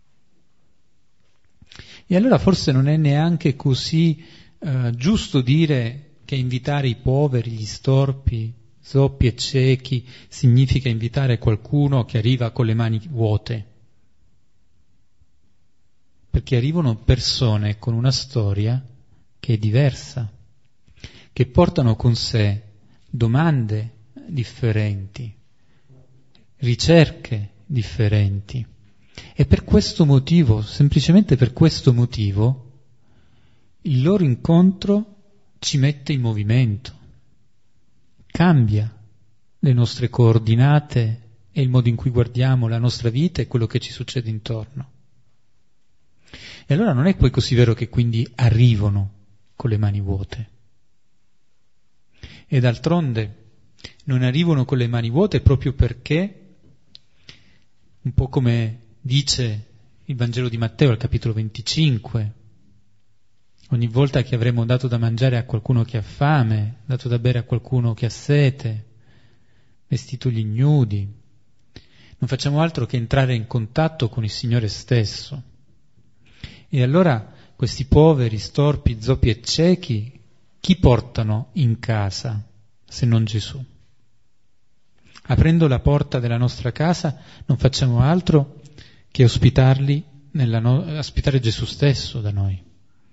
E allora forse non è neanche così eh, giusto dire che invitare i poveri, gli storpi, zoppi e ciechi significa invitare qualcuno che arriva con le mani vuote, perché arrivano persone con una storia che è diversa, che portano con sé domande differenti, ricerche differenti, e per questo motivo, semplicemente per questo motivo, il loro incontro ci mette in movimento, cambia le nostre coordinate e il modo in cui guardiamo la nostra vita e quello che ci succede intorno. E allora non è poi così vero che quindi arrivano con le mani vuote. E d'altronde non arrivano con le mani vuote proprio perché, un po' come dice il Vangelo di Matteo al capitolo venticinque, ogni volta che avremo dato da mangiare a qualcuno che ha fame, dato da bere a qualcuno che ha sete, vestito gli ignudi, non facciamo altro che entrare in contatto con il Signore stesso. E allora questi poveri, storpi, zoppi e ciechi, chi portano in casa se non Gesù? Aprendo la porta della nostra casa non facciamo altro che ospitarli nella no- ospitare Gesù stesso da noi.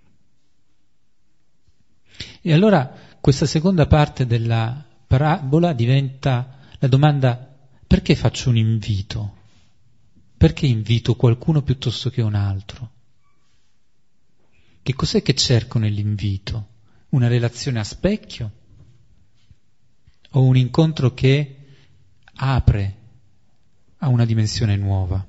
E allora questa seconda parte della parabola diventa la domanda: perché faccio un invito? Perché invito qualcuno piuttosto che un altro? Che cos'è che cerco nell'invito? Una relazione a specchio? O un incontro che apre a una dimensione nuova?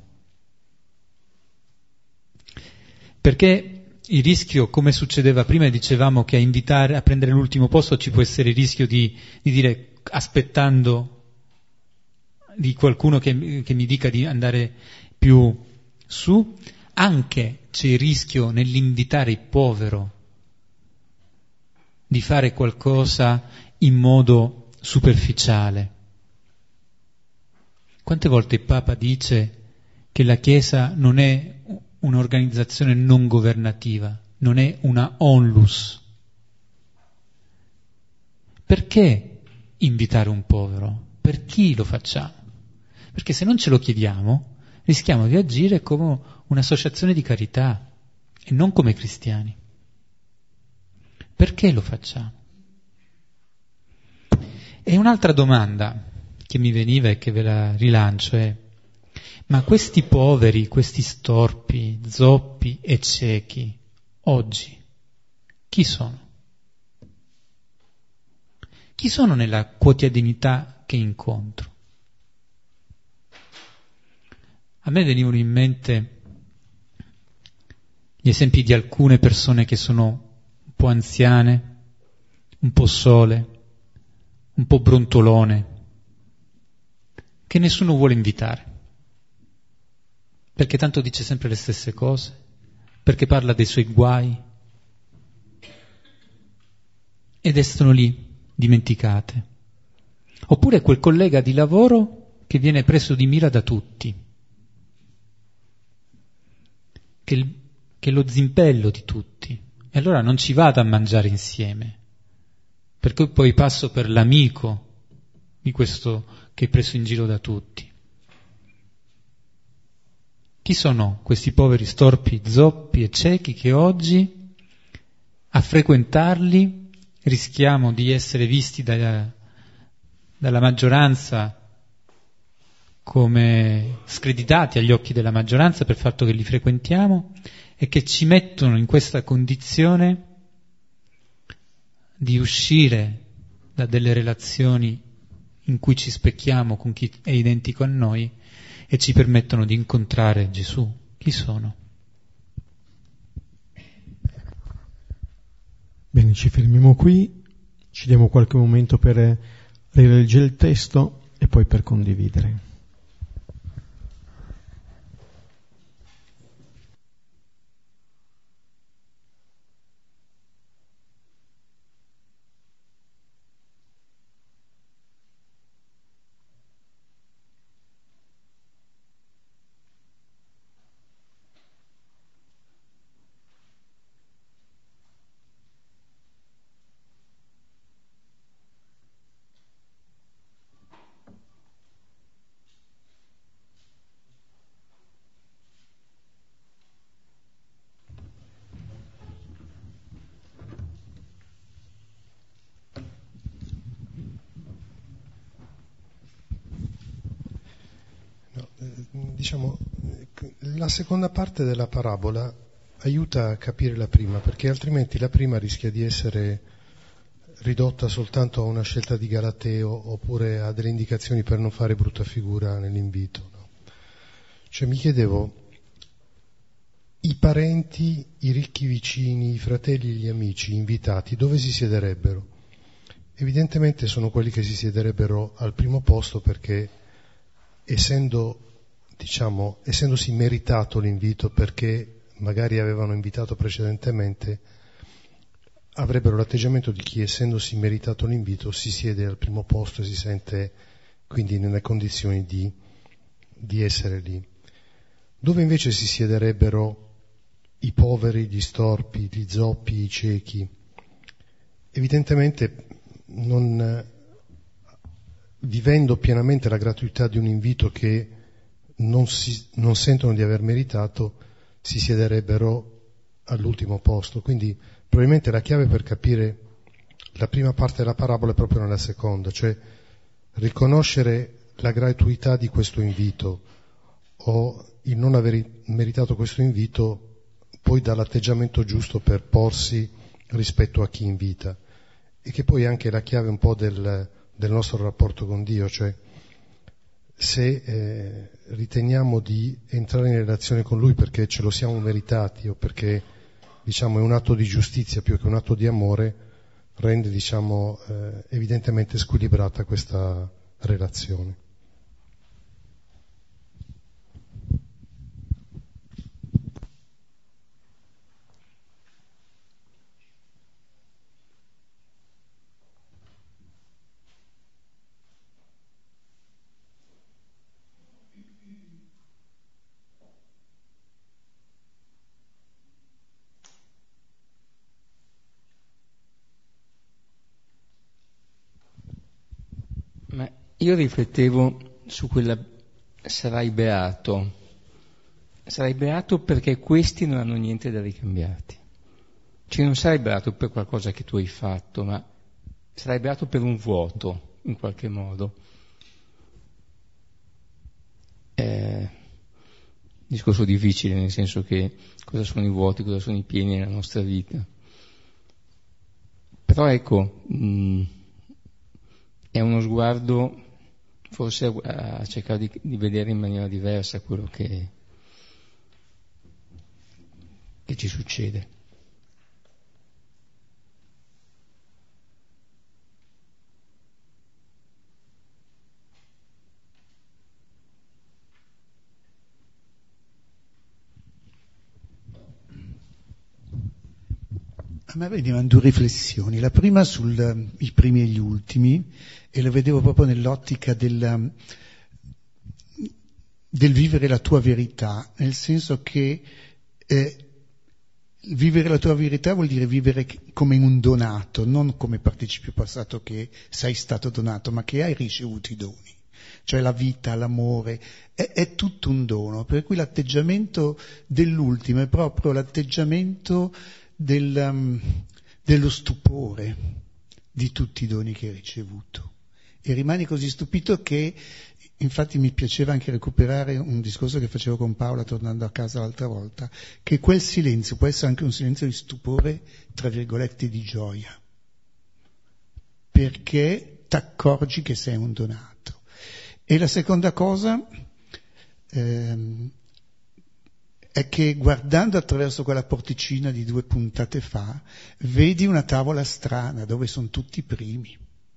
Perché il rischio, come succedeva prima, dicevamo che a invitare a prendere l'ultimo posto ci può essere il rischio di, di dire, aspettando di qualcuno che, che mi dica di andare più su. Anche c'è il rischio nell'invitare il povero di fare qualcosa in modo superficiale. Quante volte il Papa dice che la Chiesa non è un'organizzazione non governativa, non è una onlus. Perché invitare un povero? Per chi lo facciamo? Perché se non ce lo chiediamo, rischiamo di agire come un'associazione di carità e non come cristiani. Perché lo facciamo? E un'altra domanda che mi veniva e che ve la rilancio è: ma questi poveri, questi storpi, zoppi e ciechi, oggi, chi sono? Chi sono nella quotidianità che incontro? A me venivano in mente gli esempi di alcune persone che sono un po' anziane, un po' sole, un po' brontolone, che nessuno vuole invitare, perché tanto dice sempre le stesse cose, perché parla dei suoi guai, ed restano lì, dimenticate. Oppure quel collega di lavoro che viene preso di mira da tutti, che, il, che è lo zimpello di tutti, e allora non ci vado a mangiare insieme, perché poi passo per l'amico di questo che è preso in giro da tutti. Chi sono questi poveri storpi, zoppi e ciechi che oggi a frequentarli rischiamo di essere visti da, dalla maggioranza come screditati agli occhi della maggioranza per il fatto che li frequentiamo e che ci mettono in questa condizione di uscire da delle relazioni in cui ci specchiamo con chi è identico a noi e ci permettono di incontrare Gesù. Chi sono? Bene, ci fermiamo qui, ci diamo qualche momento per rileggere il testo e poi per condividere. Diciamo, la seconda parte della parabola aiuta a capire la prima, perché altrimenti la prima rischia di essere ridotta soltanto a una scelta di galateo oppure a delle indicazioni per non fare brutta figura nell'invito. No? Cioè mi chiedevo, i parenti, i ricchi vicini, i fratelli, gli amici invitati, dove si siederebbero? Evidentemente sono quelli che si siederebbero al primo posto perché essendo diciamo, essendosi meritato l'invito perché magari avevano invitato precedentemente, avrebbero l'atteggiamento di chi, essendosi meritato l'invito, si siede al primo posto e si sente quindi nelle condizioni di, di essere lì. Dove invece si siederebbero i poveri, gli storpi, gli zoppi, i ciechi? Evidentemente non, vivendo pienamente la gratuità di un invito che Non, si, non sentono di aver meritato, si siederebbero all'ultimo posto. Quindi probabilmente la chiave per capire la prima parte della parabola è proprio nella seconda, cioè riconoscere la gratuità di questo invito o il non aver meritato questo invito poi dà l'atteggiamento giusto per porsi rispetto a chi invita, e che poi è anche la chiave un po' del, del nostro rapporto con Dio, cioè se eh, riteniamo di entrare in relazione con Lui perché ce lo siamo meritati o perché diciamo è un atto di giustizia più che un atto di amore, rende diciamo eh, evidentemente squilibrata questa relazione. Ma io riflettevo su quella sarai beato. Sarai beato perché questi non hanno niente da ricambiarti. Cioè non sarai beato per qualcosa che tu hai fatto, ma sarai beato per un vuoto, in qualche modo. È un discorso difficile, nel senso che cosa sono i vuoti, cosa sono i pieni nella nostra vita. Però ecco, mh, è uno sguardo forse a, a cercare di, di vedere in maniera diversa quello che, che ci succede. A me venivano due riflessioni, la prima sui primi e gli ultimi, e lo vedevo proprio nell'ottica del, del vivere la tua verità, nel senso che eh, vivere la tua verità vuol dire vivere come un donato, non come participio passato che sei stato donato, ma che hai ricevuto i doni, cioè la vita, l'amore, è, è tutto un dono, per cui l'atteggiamento dell'ultimo è proprio l'atteggiamento del, um, dello stupore di tutti i doni che hai ricevuto. E rimani così stupito che, infatti mi piaceva anche recuperare un discorso che facevo con Paola tornando a casa l'altra volta, che quel silenzio può essere anche un silenzio di stupore, tra virgolette, di gioia, perché t'accorgi che sei un donato. E la seconda cosa ehm, è che guardando attraverso quella porticina di due puntate fa, vedi una tavola strana dove sono tutti primi.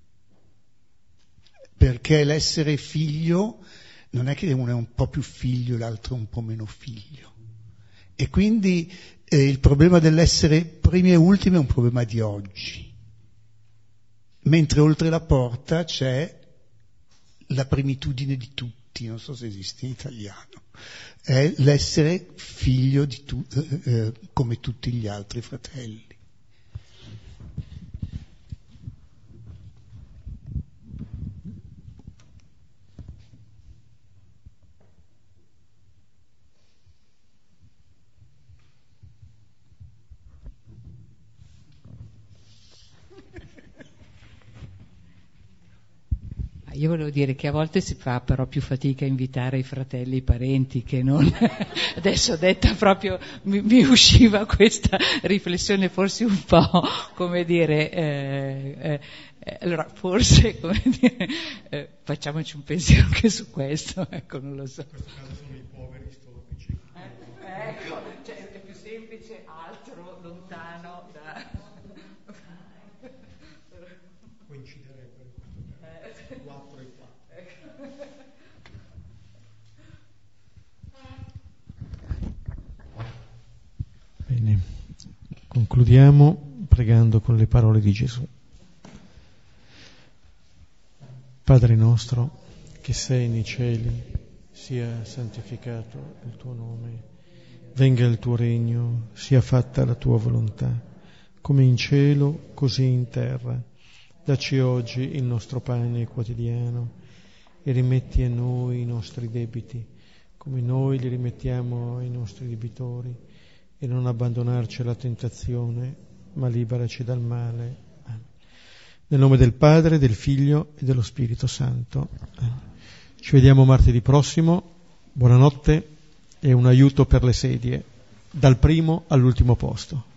Perché l'essere figlio non è che uno è un po' più figlio e l'altro un po' meno figlio. E quindi eh, il problema dell'essere primi e ultimi è un problema di oggi. Mentre oltre la porta c'è la primitudine di tutti, non so se esiste in italiano, è l'essere figlio di tu, eh, eh, come tutti gli altri fratelli. Io volevo dire che a volte si fa però più fatica a invitare i fratelli e i parenti che non... Adesso detta proprio mi, mi usciva questa riflessione forse un po', come dire... Eh, eh, allora forse, come dire, eh, facciamoci un pensiero anche su questo, ecco, non lo so. In questo caso sono i poveri storici. Eh, ecco, cioè è più semplice, altro, lontano da... Coinciderebbero in questo caso. quattro e quattro. Bene, concludiamo pregando con le parole di Gesù. Padre nostro, che sei nei cieli, sia santificato il tuo nome, venga il tuo regno, sia fatta la tua volontà, come in cielo, così in terra. Dacci oggi il nostro pane quotidiano e rimetti a noi i nostri debiti, come noi li rimettiamo ai nostri debitori, e non abbandonarci alla tentazione, ma liberaci dal male. Amen. Nel nome del Padre, del Figlio e dello Spirito Santo. Amen. Ci vediamo martedì prossimo. Buonanotte e un aiuto per le sedie, dal primo all'ultimo posto.